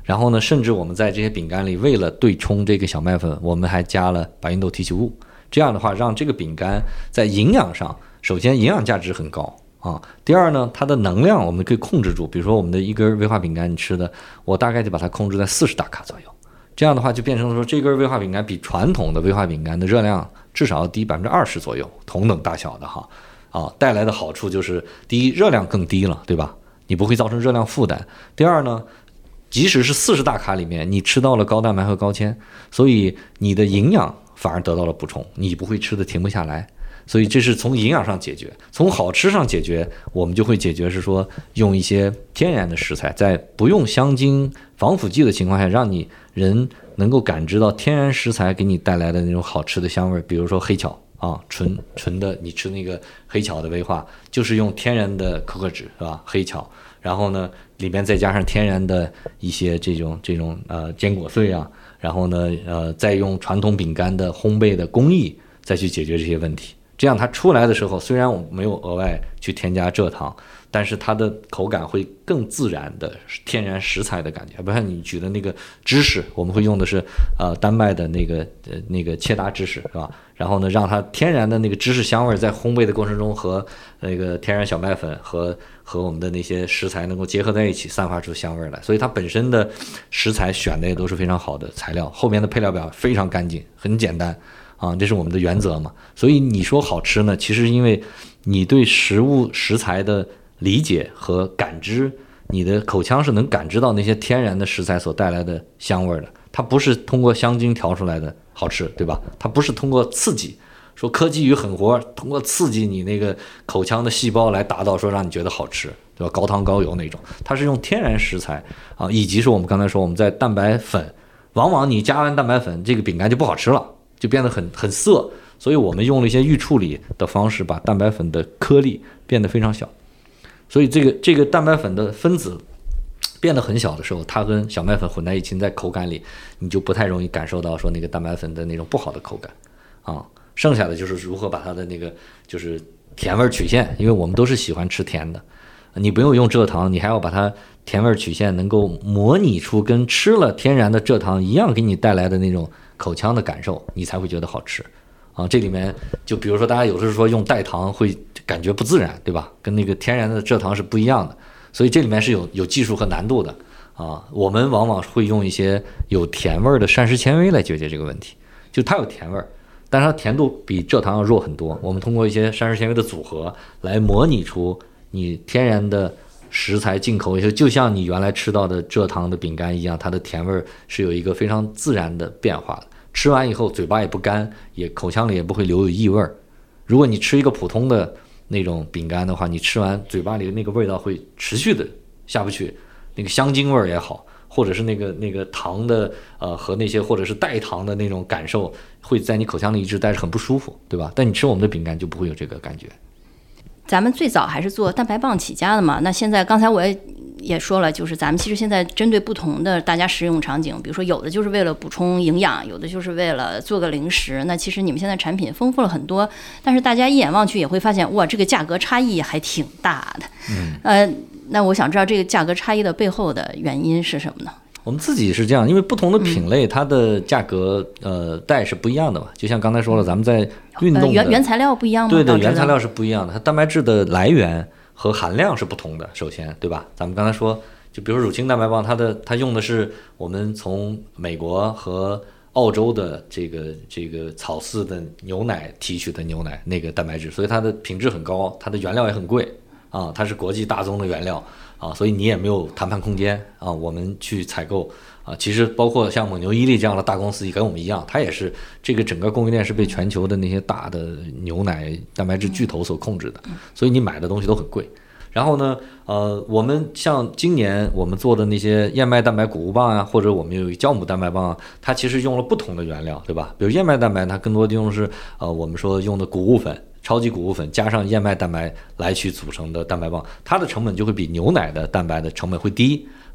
然后呢，甚至我们在这些饼干里为了对冲这个小麦粉，我们还加了白芸豆提取物，这样的话让这个饼干在营养上，首先营养价值很高啊，第二呢，它的能量我们可以控制住，比如说我们的一根威化饼干你吃的，我大概就把它控制在40大卡左右，这样的话就变成了说这根威化饼干比传统的威化饼干的热量至少要低20%左右，同等大小的哈带来的好处就是第一，热量更低了，对吧？你不会造成热量负担。第二呢，即使是40大卡里面你吃到了高蛋白和高纤，所以你的营养反而得到了补充，你不会吃的停不下来。所以这是从营养上解决。从好吃上解决，我们就会解决是说用一些天然的食材，在不用香精防腐剂的情况下，让你人能够感知到天然食材给你带来的那种好吃的香味。比如说黑巧啊，纯的，你吃那个黑巧的威化就是用天然的可可脂是吧？黑巧，然后呢里面再加上天然的一些这种坚果碎啊，然后呢再用传统饼干的烘焙的工艺再去解决这些问题。这样它出来的时候，虽然我没有额外去添加蔗糖，但是它的口感会更自然的天然食材的感觉。不像你举的那个芝士，我们会用的是丹麦的那个切达芝士是吧？然后呢，让它天然的那个芝士香味在烘焙的过程中和那个天然小麦粉和我们的那些食材能够结合在一起，散发出香味来。所以它本身的食材选的也都是非常好的材料，后面的配料表非常干净，很简单。这是我们的原则嘛。所以你说好吃呢，其实因为你对食物食材的理解和感知，你的口腔是能感知到那些天然的食材所带来的香味的。它不是通过香精调出来的好吃，对吧？它不是通过刺激，说科技与狠活通过刺激你那个口腔的细胞来达到说让你觉得好吃，对吧？高糖高油那种，它是用天然食材以及是我们刚才说我们在蛋白粉，往往你加完蛋白粉，这个饼干就不好吃了，就变得很涩，所以我们用了一些预处理的方式，把蛋白粉的颗粒变得非常小，所以这个蛋白粉的分子变得很小的时候，它跟小麦粉混在一起，在口感里你就不太容易感受到说那个蛋白粉的那种不好的口感剩下的就是如何把它的那个就是甜味曲线，因为我们都是喜欢吃甜的，你不用用蔗糖，你还要把它甜味曲线能够模拟出跟吃了天然的蔗糖一样给你带来的那种口腔的感受，你才会觉得好吃这里面就比如说大家有的时候说用代糖会感觉不自然，对吧？跟那个天然的蔗糖是不一样的，所以这里面是有技术和难度的我们往往会用一些有甜味的膳食纤维来解决这个问题，就它有甜味，但是它甜度比蔗糖要弱很多。我们通过一些膳食纤维的组合来模拟出你天然的食材进口，就像你原来吃到的蔗糖的饼干一样，它的甜味是有一个非常自然的变化的。吃完以后嘴巴也不干，也口腔里也不会留有异味。如果你吃一个普通的那种饼干的话，你吃完嘴巴里的那个味道会持续的下不去，那个香精味也好，或者是那个糖的和那些或者是代糖的那种感受会在你口腔里一直待着，很不舒服，对吧？但你吃我们的饼干就不会有这个感觉。 咱们最早还是做蛋白棒起家的嘛，那现在刚才我也说了，就是咱们其实现在针对不同的大家食用场景，比如说有的就是为了补充营养，有的就是为了做个零食，那其实你们现在产品丰富了很多，但是大家一眼望去也会发现，哇，这个价格差异还挺大的。那我想知道这个价格差异的背后的原因是什么呢？ 我们自己是这样，因为不同的品类它的价格带是不一样的嘛，就像刚才说了，咱们在运动的原材料不一样吗？ 对的，原材料是不一样的，它蛋白质的来源和含量是不同的，首先对吧？咱们刚才说就比如说乳清蛋白棒，它用的是我们从美国和澳洲的这个草饲的牛奶提取的牛奶那个蛋白质，所以它的品质很高，它的原料也很贵它是国际大宗的原料所以你也没有谈判空间我们去采购其实包括像蒙牛、伊利这样的大公司也跟我们一样，它也是这个整个供应链是被全球的那些大的牛奶蛋白质巨头所控制的，所以你买的东西都很贵。然后呢我们像今年我们做的那些燕麦蛋白谷物棒或者我们有酵母蛋白棒它其实用了不同的原料，对吧？比如燕麦蛋白它更多的用的是我们说用的谷物粉，超级谷物粉加上燕麦蛋白来去组成的蛋白棒，它的成本就会比牛奶的蛋白的成本会低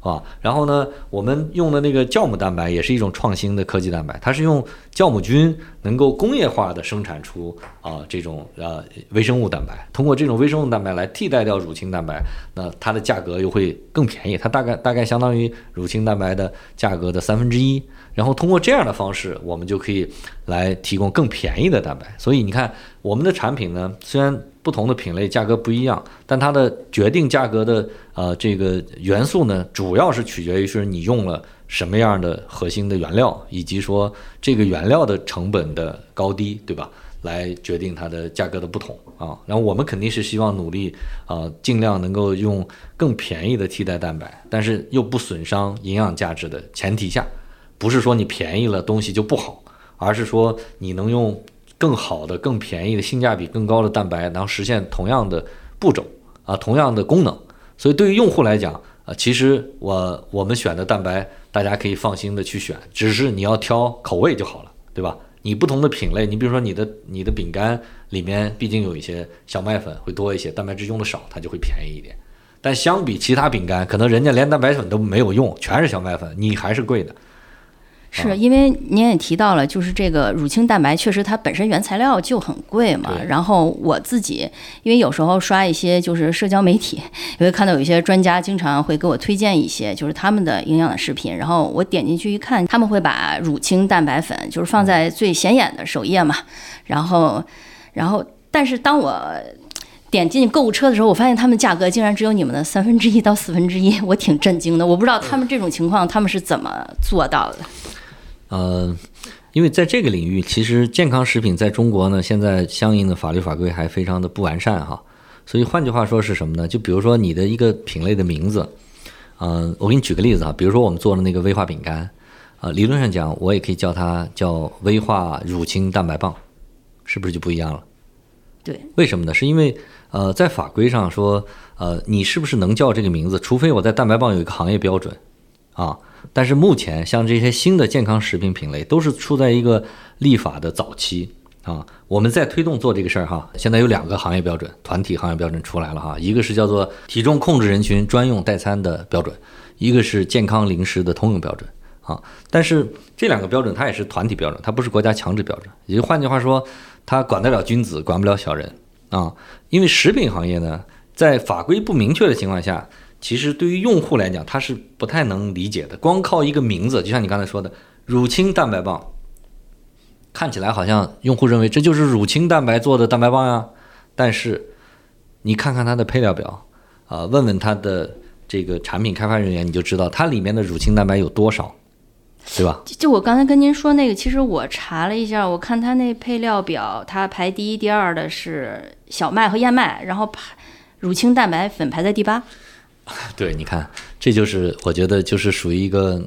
啊。然后呢，我们用的那个酵母蛋白也是一种创新的科技蛋白，它是用酵母菌能够工业化的生产出这种微生物蛋白，通过这种微生物蛋白来替代掉乳清蛋白，那它的价格又会更便宜，它大概相当于乳清蛋白的价格的1/3。然后通过这样的方式，我们就可以来提供更便宜的蛋白。所以你看，我们的产品呢，虽然不同的品类价格不一样，但它的决定价格的这个元素呢，主要是取决于是你用了什么样的核心的原料，以及说这个原料的成本的高低，对吧？来决定它的价格的不同啊。然后我们肯定是希望努力尽量能够用更便宜的替代蛋白，但是又不损伤营养价值的前提下。不是说你便宜了东西就不好，而是说你能用更好的、更便宜的、性价比更高的蛋白，然后实现同样的步骤同样的功能。所以对于用户来讲其实我们选的蛋白大家可以放心的去选，只是你要挑口味就好了，对吧？你不同的品类，你比如说你的饼干里面毕竟有一些小麦粉会多一些，蛋白质用的少，它就会便宜一点。但相比其他饼干，可能人家连蛋白粉都没有用，全是小麦粉，你还是贵的。 是因为您也提到了，就是这个乳清蛋白确实它本身原材料就很贵嘛。然后我自己因为有时候刷一些就是社交媒体，也会看到有一些专家经常会给我推荐一些就是他们的营养的视频，然后我点进去一看，他们会把乳清蛋白粉就是放在最显眼的首页嘛。然后但是当我点进购物车的时候，我发现他们价格竟然只有你们的1/3到1/4，我挺震惊的。我不知道他们这种情况他们是怎么做到的。 因为在这个领域，其实健康食品在中国呢，现在相应的法律法规还非常的不完善哈。所以换句话说是什么呢？就比如说你的一个品类的名字，我给你举个例子比如说我们做的那个威化饼干，理论上讲，我也可以叫它叫威化乳清蛋白棒，是不是就不一样了？ 对， 为什么呢？是因为在法规上说，你是不是能叫这个名字？除非我在蛋白棒有一个行业标准但是目前像这些新的健康食品品类都是处在一个立法的早期我们在推动做这个事儿现在有2个行业标准，团体行业标准出来了一个是叫做体重控制人群专用代餐的标准，一个是健康零食的通用标准但是这2个标准它也是团体标准，它不是国家强制标准，也就换句话说，它管得了君子，管不了小人因为食品行业呢，在法规不明确的情况下，其实对于用户来讲，他是不太能理解的。光靠一个名字，就像你刚才说的乳清蛋白棒，看起来好像用户认为这就是乳清蛋白做的蛋白棒呀。但是你看看它的配料表问问它的这个产品开发人员，你就知道它里面的乳清蛋白有多少，对吧？ 就我刚才跟您说那个，其实我查了一下，我看它那配料表，它排第1、第2的是小麦和燕麦，然后乳清蛋白粉排在第8。 对，你看，这就是我觉得就是属于一个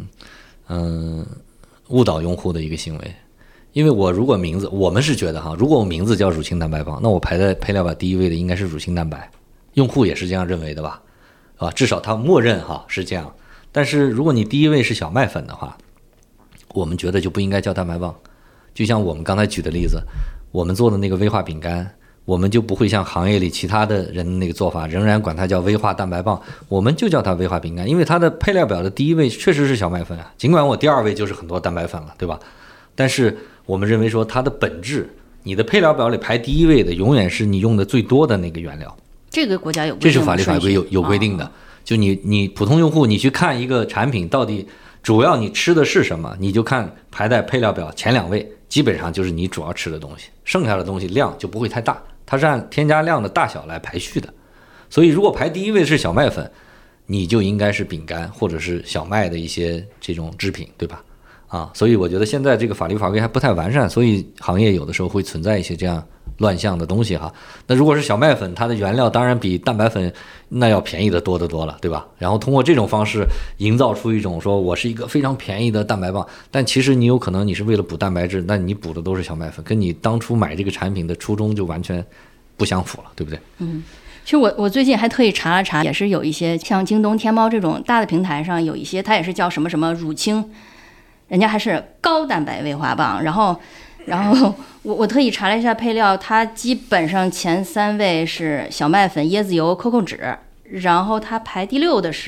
误导用户的一个行为。因为我如果名字，我们是觉得如果我名字叫乳清蛋白棒，那我排在配料表第1位的应该是乳清蛋白，用户也是这样认为的吧？至少他默认是这样。但是如果你第1位是小麦粉的话，我们觉得就不应该叫蛋白棒。就像我们刚才举的例子，我们做的那个威化饼干，我们就不会像行业里其他的人那个做法，仍然管它叫威化蛋白棒，我们就叫它威化饼干，因为它的配料表的第1位确实是小麦粉尽管我第2位就是很多蛋白粉了，对吧？但是我们认为说它的本质，你的配料表里排第1位的永远是你用的最多的那个原料。 这个国家有规定， 这是法律法规有规定的。就你普通用户，你去看一个产品到底主要你吃的是什么，你就看排在配料表前2位，基本上就是你主要吃的东西，剩下的东西量就不会太大。它是按添加量的大小来排序的，所以如果排第1位是小麦粉，你就应该是饼干或者是小麦的一些这种制品，对吧？所以我觉得现在这个法律法规还不太完善，所以行业有的时候会存在一些这样乱象的东西那如果是小麦粉，它的原料当然比蛋白粉那要便宜的多得多了，对吧？然后通过这种方式营造出一种说我是一个非常便宜的蛋白棒，但其实你有可能你是为了补蛋白质，那你补的都是小麦粉，跟你当初买这个产品的初衷就完全不相符了，对不对？ 其实我最近还特意查了查，也是有一些像京东、天猫这种大的平台上有一些，它也是叫什么什么乳清，人家还是高蛋白威化棒，然后我特意查了一下配料，它基本上前3位是小麦粉、椰子油、coco 脂，然后它排第6的是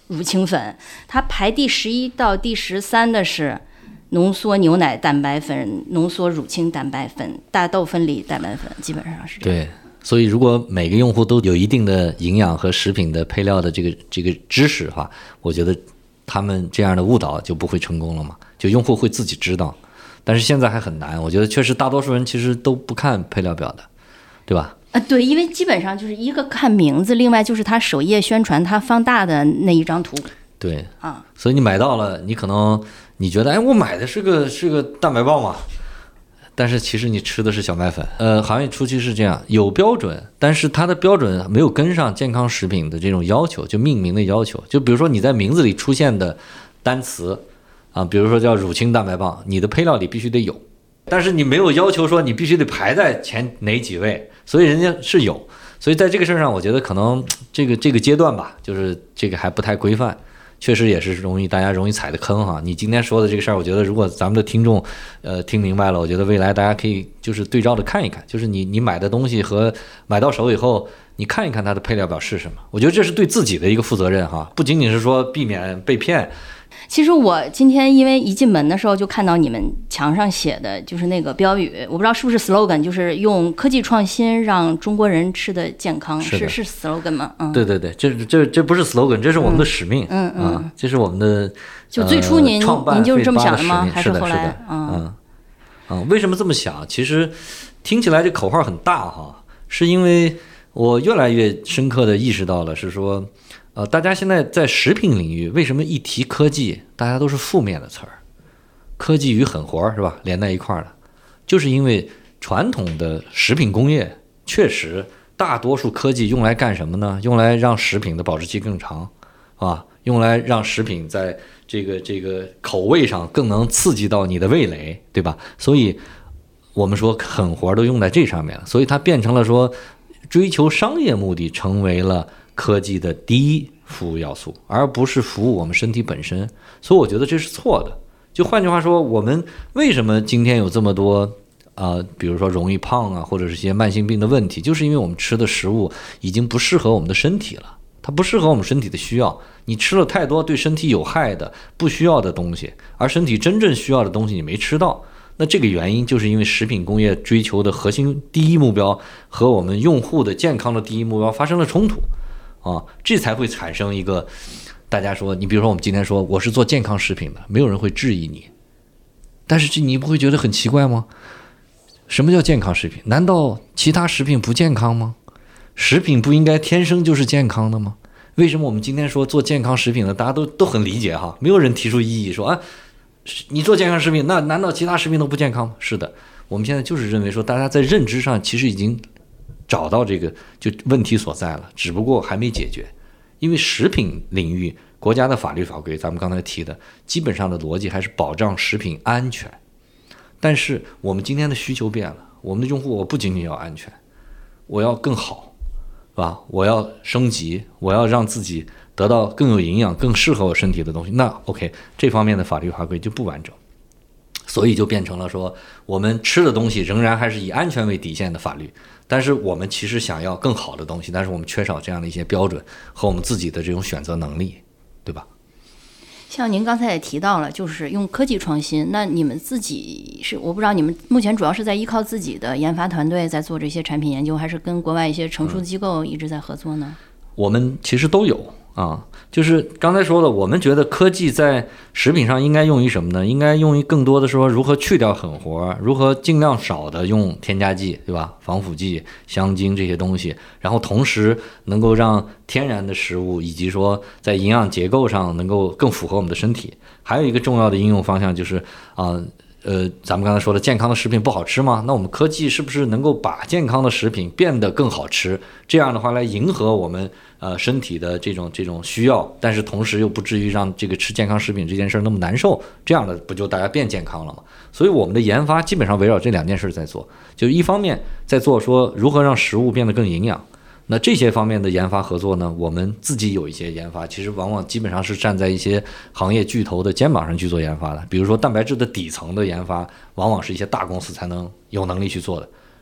乳清粉，它排第11到第13的是浓缩牛奶蛋白粉、浓缩乳清蛋白粉、大豆分离蛋白粉，基本上是这样。 对，所以如果每个用户都有一定的营养和食品的配料的这个知识的话，我觉得他们这样的误导就不会成功了嘛，就用户会自己知道。但是现在还很难，我觉得确实大多数人其实都不看配料表的，对吧？ 对，因为基本上就是一个看名字，另外就是它首页宣传它放大的那一张图。 对啊，所以你买到了，你可能你觉得，哎，我买的是个蛋白棒嘛，但是其实你吃的是小麦粉。行业初期是这样，有标准，但是它的标准没有跟上健康食品的这种要求，就命名的要求。就比如说你在名字里出现的单词啊，比如说叫乳清蛋白棒，你的配料里必须得有，但是你没有要求说你必须得排在前哪几位，所以人家是有。所以在这个事上，我觉得可能这个阶段吧，就是这个还不太规范。确实也是大家容易踩的坑哈。你今天说的这个事儿，我觉得如果咱们的听众听明白了，我觉得未来大家可以就是对照的看一看，就是你买的东西和买到手以后，你看一看它的配料表是什么。我觉得这是对自己的一个负责任哈，不仅仅是说避免被骗。 其实我今天因为一进门的时候就看到你们墙上写的就是那个标语，我不知道是不是 slogan， 就是用科技创新让中国人吃的健康，是 slogan 吗？ 对对对，这不是 slogan， 这是我们的使命。这是我们的就最初您就是这么想的吗？还是后来为什么这么想？其实听起来这口号很大哈，是因为我越来越深刻的意识到了，是说大家现在在食品领域为什么一提科技大家都是负面的词儿，科技与狠活是吧，连在一块儿了，就是因为传统的食品工业确实大多数科技用来干什么呢？用来让食品的保质期更长啊，用来让食品在这个口味上更能刺激到你的味蕾，对吧？所以我们说狠活都用在这上面了，所以它变成了说追求商业目的成为了科技的第一服务要素，而不是服务我们身体本身。所以我觉得这是错的。就换句话说，我们为什么今天有这么多比如说容易胖啊，或者是一些慢性病的问题，就是因为我们吃的食物已经不适合我们的身体了，它不适合我们身体的需要。你吃了太多对身体有害的不需要的东西，而身体真正需要的东西你没吃到，那这个原因就是因为食品工业追求的核心第一目标和我们用户的健康的第一目标发生了冲突这才会产生一个大家说，你比如说我们今天说我是做健康食品的，没有人会质疑你，但是你不会觉得很奇怪吗？什么叫健康食品？难道其他食品不健康吗？食品不应该天生就是健康的吗？为什么我们今天说做健康食品的大家都很理解哈，没有人提出异议说你做健康食品，那难道其他食品都不健康吗？是的，我们现在就是认为说大家在认知上其实已经找到这个就问题所在了，只不过还没解决。因为食品领域国家的法律法规咱们刚才提的基本上的逻辑还是保障食品安全，但是我们今天的需求变了，我们的用户我不仅仅要安全，我要更好，是吧？我要升级，我要让自己得到更有营养更适合我身体的东西，那 OK， 这方面的法律法规就不完整，所以就变成了说我们吃的东西仍然还是以安全为底线的法律，但是我们其实想要更好的东西，但是我们缺少这样的一些标准和我们自己的这种选择能力，对吧？ 像您刚才也提到了，就是用科技创新，那你们自己是，我不知道你们目前主要是在依靠自己的研发团队在做这些产品研究，还是跟国外一些成熟机构一直在合作呢？ 我们其实都有就是刚才说的，我们觉得科技在食品上应该用于什么呢？应该用于更多的说如何去掉狠活，如何尽量少的用添加剂，对吧？防腐剂、香精这些东西，然后同时能够让天然的食物以及说在营养结构上能够更符合我们的身体。还有一个重要的应用方向就是咱们刚才说的健康的食品不好吃吗？那我们科技是不是能够把健康的食品变得更好吃？这样的话来迎合我们身体的这种需要，但是同时又不至于让这个吃健康食品这件事那么难受，这样的不就大家变健康了吗？所以我们的研发基本上围绕这两件事在做，就是一方面在做说如何让食物变得更营养，那这些方面的研发合作呢，我们自己有一些研发，其实往往基本上是站在一些行业巨头的肩膀上去做研发的。比如说蛋白质的底层的研发，往往是一些大公司才能有能力去做的。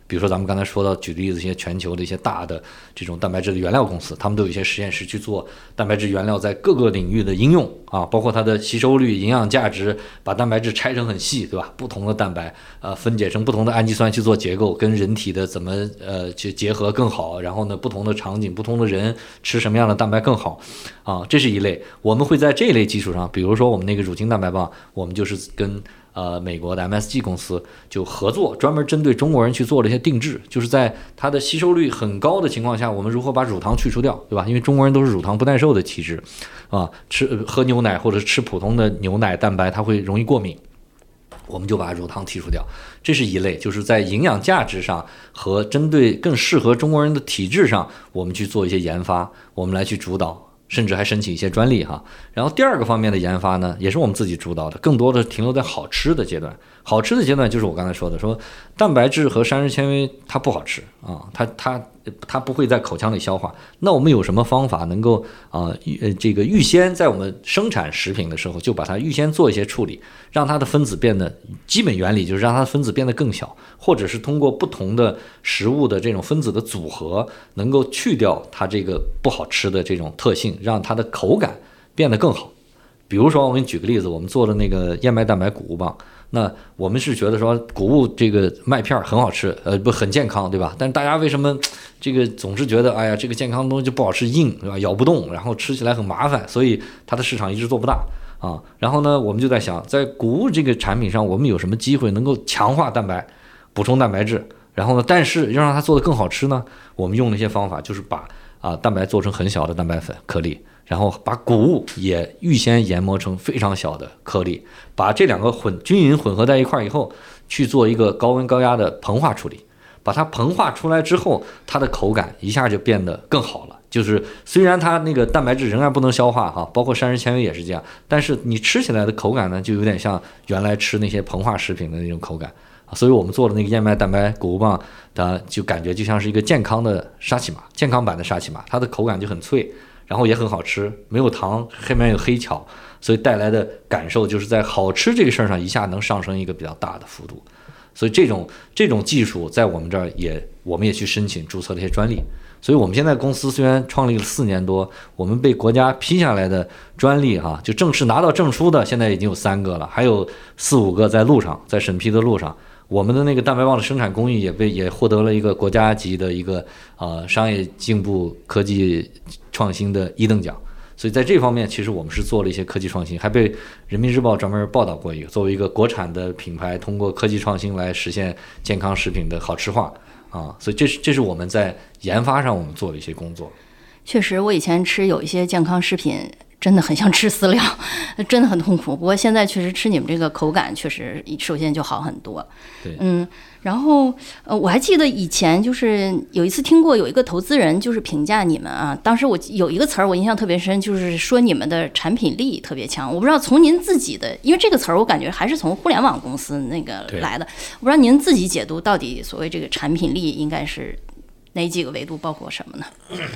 比如说咱们刚才说到举例子一些全球的一些大的这种蛋白质的原料公司，他们都有一些实验室去做蛋白质原料在各个领域的应用啊，包括它的吸收率、营养价值，把蛋白质拆成很细，对吧？不同的蛋白分解成不同的氨基酸去做结构，跟人体的怎么去结合更好，然后呢不同的场景、不同的人吃什么样的蛋白更好啊，这是一类。我们会在这一类基础上，比如说我们那个乳清蛋白棒，我们就是跟美国的 MSG 公司就合作，专门针对中国人去做了一些定制，就是在它的吸收率很高的情况下，我们如何把乳糖去除掉，对吧？因为中国人都是乳糖不耐受的体质啊，喝牛奶或者吃普通的牛奶蛋白，它会容易过敏，我们就把乳糖剔除掉。这是一类，就是在营养价值上和针对更适合中国人的体质上，我们去做一些研发，我们来去主导。甚至还申请一些专利哈。然后第二个方面的研发呢，也是我们自己主导的，更多的停留在好吃的阶段。好吃的阶段就是我刚才说的，说蛋白质和膳食纤维它不好吃啊，它不会在口腔里消化。那我们有什么方法能够这个预先在我们生产食品的时候就把它预先做一些处理，让它的分子变得，基本原理就是让它的分子变得更小，或者是通过不同的食物的这种分子的组合，能够去掉它这个不好吃的这种特性，让它的口感变得更好。比如说我给你举个例子，我们做的那个燕麦蛋白谷物棒，那我们是觉得说谷物这个麦片很好吃，不很健康，对吧？但是大家为什么这个总是觉得，哎呀，这个健康的东西就不好吃，硬，对吧？咬不动，然后吃起来很麻烦，所以它的市场一直做不大啊。然后呢，我们就在想，在谷物这个产品上，我们有什么机会能够强化蛋白，补充蛋白质？然后呢，但是要让它做得更好吃呢，我们用了一些方法，就是把蛋白做成很小的蛋白粉颗粒。然后把谷物也预先研磨成非常小的颗粒，把这两个均匀混合在一块以后，去做一个高温高压的膨化处理，把它膨化出来之后，它的口感一下就变得更好了。就是虽然它那个蛋白质仍然不能消化哈，包括膳食纤维也是这样，但是你吃起来的口感呢，就有点像原来吃那些膨化食品的那种口感。所以我们做的那个燕麦蛋白谷物棒，它就感觉就像是一个健康的沙琪玛，健康版的沙琪玛，它的口感就很脆。然后也很好吃，没有糖，黑面有黑巧，所以带来的感受就是在好吃这个事儿上一下能上升一个比较大的幅度。所以这种技术在我们这儿我们也去申请注册了一些专利。所以我们现在公司虽然创立了4年多，我们被国家批下来的专利就正式拿到证书的现在已经有3个了，还有4、5个在路上，在审批的路上。我们的那个蛋白棒的生产工艺也获得了一个国家级的一个商业进步科技创新的1等奖，所以在这方面其实我们是做了一些科技创新，还被人民日报专门报道过一个，作为一个国产的品牌，通过科技创新来实现健康食品的好吃化所以这是我们在研发上我们做了一些工作。 确实，我以前吃有一些健康食品真的很像吃饲料，真的很痛苦。不过现在确实吃你们这个口感确实首先就好很多。 对， 然后我还记得以前就是有一次听过有一个投资人就是评价你们当时我有一个词儿我印象特别深，就是说你们的产品力特别强。我不知道从您自己的，因为这个词儿我感觉还是从互联网公司那个来的，我不知道您自己解读到底所谓这个产品力应该是哪几个维度，包括什么呢？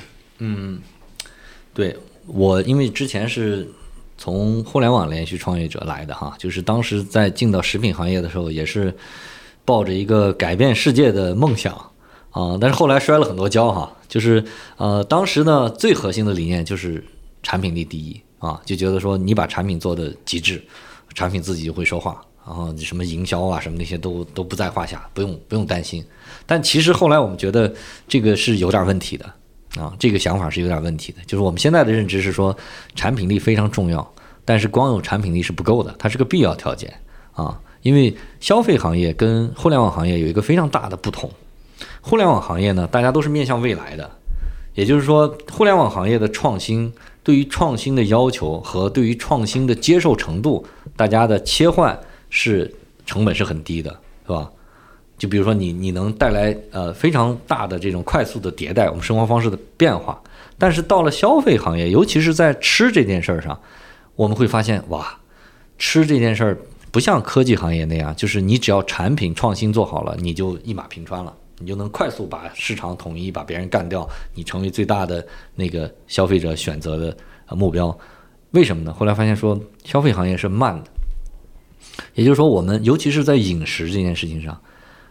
对，我因为之前是从互联网连续创业者来的就是当时在进到食品行业的时候，也是抱着一个改变世界的梦想但是后来摔了很多跤就是当时呢最核心的理念就是产品力第一就觉得说你把产品做的极致，产品自己就会说话，然后什么营销什么那些都不在话下，不用担心。但其实后来我们觉得这个是有点问题的这个想法是有点问题的，就是我们现在的认知是说产品力非常重要，但是光有产品力是不够的，它是个必要条件因为消费行业跟互联网行业有一个非常大的不同。互联网行业呢，大家都是面向未来的，也就是说互联网行业的创新，对于创新的要求和对于创新的接受程度，大家的切换是成本是很低的，是吧？就比如说你能带来非常大的这种快速的迭代，我们生活方式的变化。但是到了消费行业，尤其是在吃这件事上，我们会发现吃这件事儿不像科技行业那样，就是你只要产品创新做好了，你就一马平川了，你就能快速把市场统一，把别人干掉，你成为最大的那个消费者选择的目标。为什么呢？后来发现说消费行业是慢的，也就是说我们尤其是在饮食这件事情上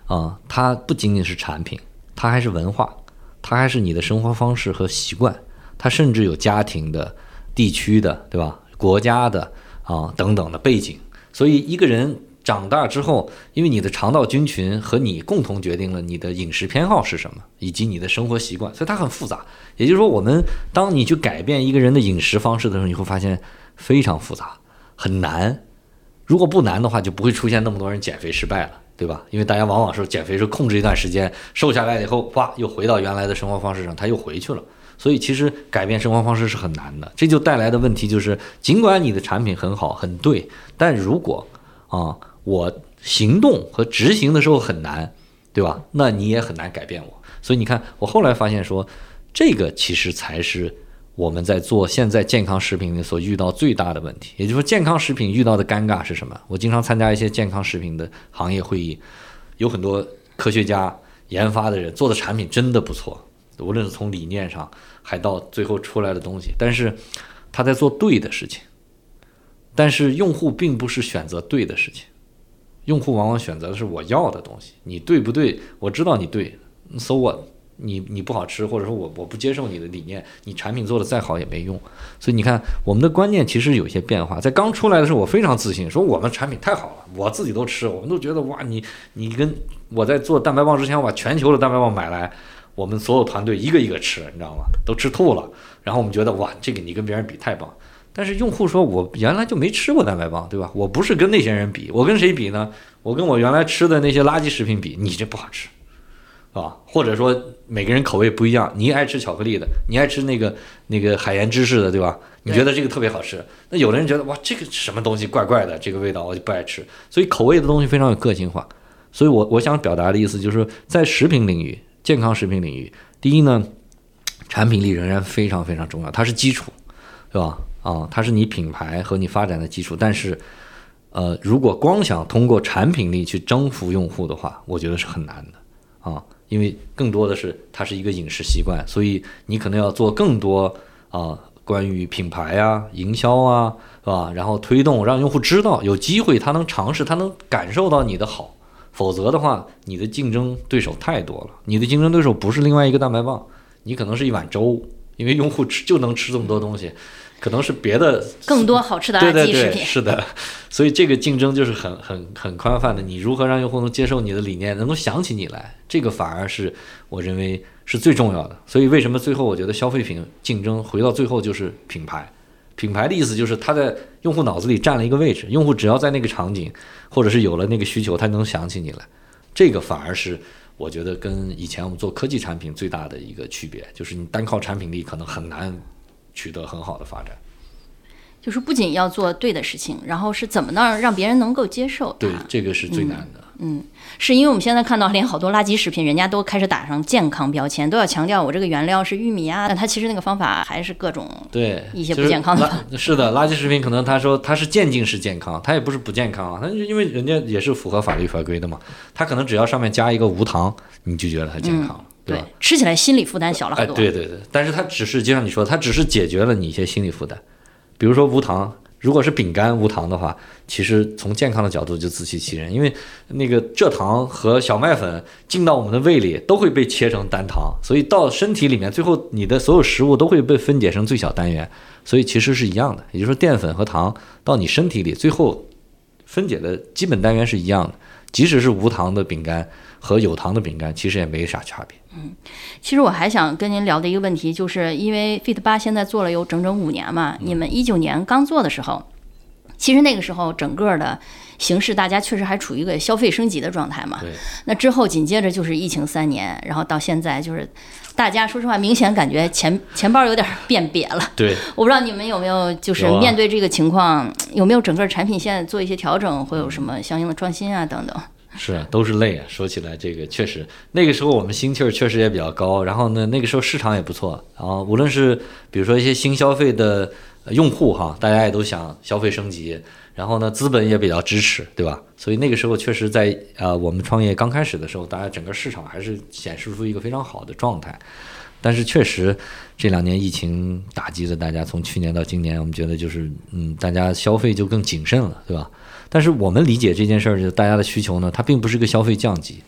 它不仅仅是产品，它还是文化，它还是你的生活方式和习惯，它甚至有家庭的、地区的，对吧？国家的等等的背景。所以一个人长大之后，因为你的肠道菌群和你共同决定了你的饮食偏好是什么，以及你的生活习惯，所以它很复杂。也就是说，当你去改变一个人的饮食方式的时候，你会发现非常复杂，很难。如果不难的话，就不会出现那么多人减肥失败了，对吧？因为大家往往是减肥是控制一段时间，瘦下来以后，哇，又回到原来的生活方式上，他又回去了。所以其实改变生活方式是很难的，这就带来的问题就是，尽管你的产品很好很对，但如果我行动和执行的时候很难，对吧？那你也很难改变我。所以你看，我后来发现说，这个其实才是我们在做现在健康食品里所遇到最大的问题。也就是说，健康食品遇到的尴尬是什么？我经常参加一些健康食品的行业会议，有很多科学家研发的人做的产品真的不错，无论是从理念上还到最后出来的东西，但是他在做对的事情，但是用户并不是选择对的事情，用户往往选择的是我要的东西。你对不对？我知道你对 ，so what？ 你不好吃，或者说我不接受你的理念，你产品做的再好也没用。所以你看，我们的观念其实有些变化。在刚出来的时候，我非常自信，说我们产品太好了，我自己都吃，我们都觉得哇，你跟我在做蛋白棒之前，我把全球的蛋白棒买来，我们所有团队一个一个吃，你知道吗？都吃吐了。然后我们觉得哇，这个你跟别人比太棒。但是用户说，我原来就没吃过蛋白棒，对吧？我不是跟那些人比，我跟谁比呢？我跟我原来吃的那些垃圾食品比，你这不好吃。或者说每个人口味不一样，你爱吃巧克力的，你爱吃那个海盐芝士的，对吧？你觉得这个特别好吃，那有的人觉得哇，这个什么东西怪怪的，这个味道我就不爱吃。所以口味的东西非常有个性化。所以我想表达的意思就是在食品领域，健康食品领域，第一呢，产品力仍然非常非常重要，它是基础，对吧？它是你品牌和你发展的基础。但是如果光想通过产品力去征服用户的话，我觉得是很难的因为更多的是它是一个饮食习惯，所以你可能要做更多关于品牌啊、营销啊，是吧？然后推动让用户知道，有机会他能尝试，他能感受到你的好。否则的话，你的竞争对手太多了。你的竞争对手不是另外一个蛋白棒，你可能是一碗粥，因为用户就能吃这么多东西，可能是别的更多好吃的垃圾食品。 对，是的。所以这个竞争就是很宽泛的。你如何让用户能接受你的理念，能够想起你来，这个反而是我认为是最重要的。所以为什么最后我觉得消费品竞争回到最后就是品牌。品牌的意思就是它在用户脑子里占了一个位置，用户只要在那个场景或者是有了那个需求，他能想起你来。这个反而是我觉得跟以前我们做科技产品最大的一个区别，就是你单靠产品力可能很难取得很好的发展。 就是不仅要做对的事情，然后是怎么让别人能够接受它。 对，这个是最难的。 是因为我们现在看到连好多垃圾食品人家都开始打上健康标签，都要强调我这个原料是玉米啊，但它其实那个方法还是各种一些不健康的方法。 是的，垃圾食品可能他说它是渐进式健康，它也不是不健康啊，它因为人家也是符合法律法规的嘛，它可能只要上面加一个无糖，你就觉得它健康了。 对，吃起来心理负担小了很多。 对，但是它只是就像你说，它只是解决了你一些心理负担。比如说无糖，如果是饼干无糖的话，其实从健康的角度就自欺欺人，因为那个蔗糖和小麦粉进到我们的胃里都会被切成单糖，所以到身体里面，最后你的所有食物都会被分解成最小单元，所以其实是一样的。也就是说，淀粉和糖到你身体里，最后分解的基本单元是一样的，即使是无糖的饼干和有糖的饼干，其实也没啥差别。 其实我还想跟您聊的一个问题，就是因为 Fit8现在做了有整整5年嘛，你们19年刚做的时候，其实那个时候整个的形势大家确实还处于一个消费升级的状态嘛。那之后紧接着就是疫情3年，然后到现在就是大家说实话明显感觉钱包有点变瘪了。 对， 我不知道你们有没有就是面对这个情况，有没有整个产品现在做一些调整，会有什么相应的创新啊等等。 是，都是累啊。说起来，这个确实，那个时候我们心气儿确实也比较高，然后呢，那个时候市场也不错，然后无论是比如说一些新消费的用户哈，大家也都想消费升级，然后呢，资本也比较支持，对吧？所以那个时候确实在我们创业刚开始的时候，大家整个市场还是显示出一个非常好的状态。但是确实这2年疫情打击了大家，从去年到今年，我们觉得就是大家消费就更谨慎了，对吧？但是我们理解这件事儿，就是大家的需求呢，它并不是个消费降级，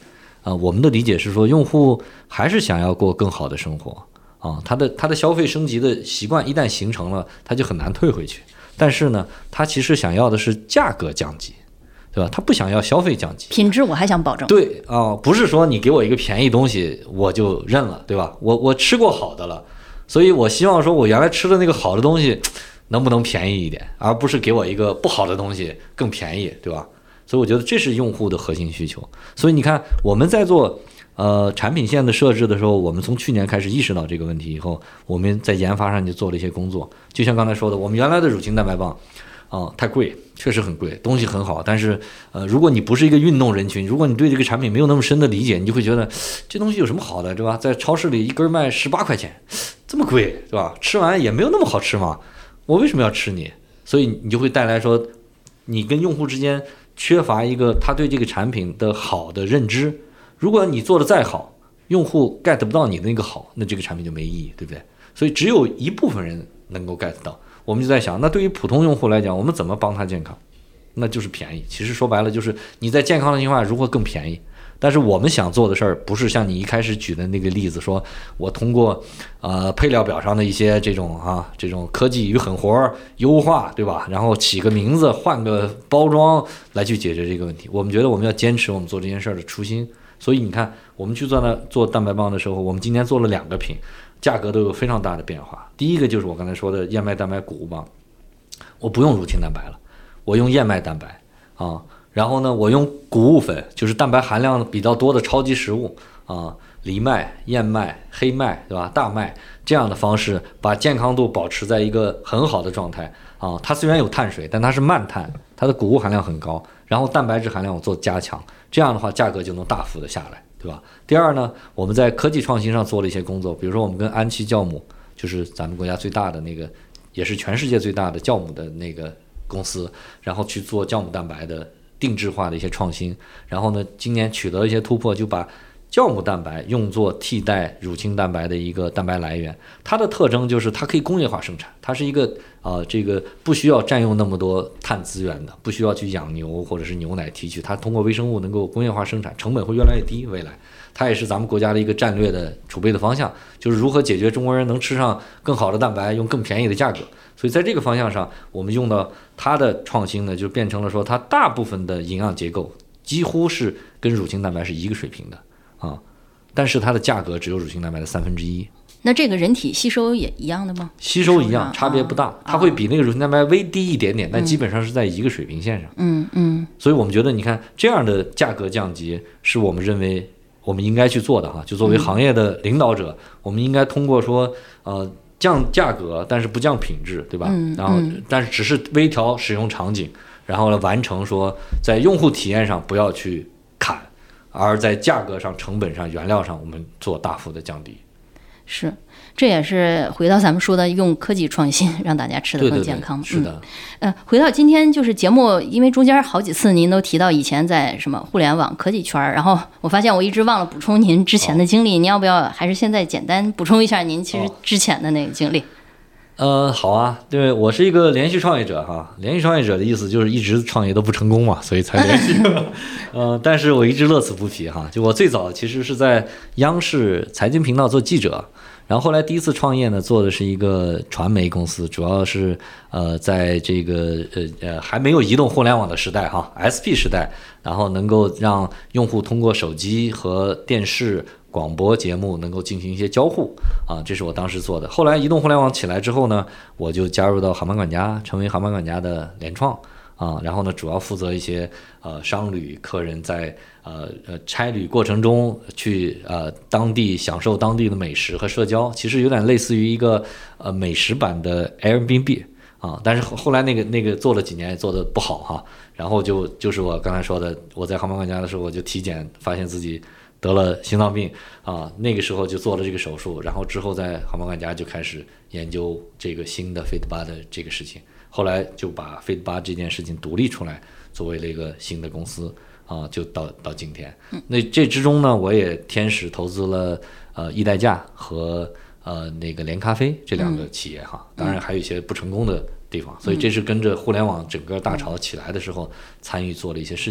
我们的理解是说，用户还是想要过更好的生活啊，他的消费升级的习惯一旦形成了，他就很难退回去。但是呢，他其实想要的是价格降级，对吧？他不想要消费降级， 品质我还想保证。 对啊，不是说你给我一个便宜东西我就认了，对吧？我吃过好的了，所以我希望说我原来吃的那个好的东西能不能便宜一点，而不是给我一个不好的东西更便宜，对吧？所以我觉得这是用户的核心需求。所以你看我们在做产品线的设置的时候，我们从去年开始意识到这个问题以后，我们在研发上就做了一些工作。就像刚才说的，我们原来的乳清蛋白棒太贵，确实很贵，东西很好，但是如果你不是一个运动人群，如果你对这个产品没有那么深的理解，你就会觉得这东西有什么好的，对吧？在超市里一根卖18块钱，这么贵，对吧？吃完也没有那么好吃嘛，我为什么要吃你？所以你就会带来说，你跟用户之间缺乏一个他对这个产品的好的认知。如果你做的再好，用户 get 不到你的那个好，那这个产品就没意义，对不对？所以只有一部分人能够 get 到。我们就在想，那对于普通用户来讲，我们怎么帮他健康？那就是便宜。其实说白了，就是你在健康的情况下如何更便宜。但是我们想做的事儿，不是像你一开始举的那个例子，说我通过配料表上的一些这种科技与狠活优化，对吧？然后起个名字，换个包装来去解决这个问题。我们觉得我们要坚持我们做这件事儿的初心。所以你看，我们去做蛋白棒的时候，我们今年做了2个品，价格都有非常大的变化。第一个就是我刚才说的燕麦蛋白谷物棒，我不用乳清蛋白了，我用燕麦蛋白啊。然后呢，我用谷物粉，就是蛋白含量比较多的超级食物啊，藜麦、燕麦、黑麦，对吧？大麦这样的方式，把健康度保持在一个很好的状态啊。它虽然有碳水，但它是慢碳，它的谷物含量很高，然后蛋白质含量我做加强，这样的话价格就能大幅的下来，对吧？第二呢，我们在科技创新上做了一些工作，比如说我们跟安琪酵母，就是咱们国家最大的那个，也是全世界最大的酵母的那个公司，然后去做酵母蛋白的定制化的一些创新，然后呢，今年取得了一些突破，就把酵母蛋白用作替代乳清蛋白的一个蛋白来源。它的特征就是它可以工业化生产，它是一个这个不需要占用那么多碳资源的，不需要去养牛或者是牛奶提取，它通过微生物能够工业化生产，成本会越来越低。未来它也是咱们国家的一个战略的储备的方向，就是如何解决中国人能吃上更好的蛋白，用更便宜的价格。所以在这个方向上，我们用到它的创新呢，就变成了说它大部分的营养结构几乎是跟乳清蛋白是一个水平的啊，但是它的价格只有乳清蛋白的1/3。 那这个人体吸收也一样的吗？ 吸收一样，差别不大，它会比那个乳清蛋白微低一点点，但基本上是在一个水平线上。所以我们觉得，你看这样的价格降级是我们认为我们应该去做的哈。就作为行业的领导者，我们应该通过说降价格，但是不降品质，对吧？然后但是只是微调使用场景，然后呢完成说在用户体验上不要去砍，而在价格上、成本上、原料上我们做大幅的降低。 是，这也是回到咱们说的用科技创新让大家吃得更健康。 对，是的。 回到今天就是节目，因为中间好几次您都提到以前在什么互联网科技圈，然后我发现我一直忘了补充您之前的经历，您要不要还是现在简单补充一下您其实之前的那个经历？ 好啊，对，我是一个连续创业者哈。连续创业者的意思就是一直创业都不成功嘛，所以才连续。但是我一直乐此不疲哈。就我最早其实是在央视财经频道做记者，然后后来第一次创业呢，做的是一个传媒公司，主要是在这个还没有移动互联网的时代哈 ，SP 时代，然后能够让用户通过手机和电视广播节目能够进行一些交互啊，这是我当时做的。后来移动互联网起来之后呢，我就加入到航班管家，成为航班管家的联创啊，然后呢主要负责一些商旅客人在差旅过程中去当地享受当地的美食和社交，其实有点类似于一个美食版的 Airbnb 啊，但是后来那个做了几年也做得不好哈，然后就是我刚才说的，我在航班管家的时候我就体检发现自己得了心脏病啊，那个时候就做了这个手术，然后之后在航班管家就开始研究这个新的 Fit8的这个事情，后来就把 Fit8这件事情独立出来，作为了一个新的公司啊，就到今天。那这之中呢，我也天使投资了易代驾和那个连咖啡这2个企业哈，当然还有一些不成功的地方，所以这是跟着互联网整个大潮起来的时候参与做了一些事情。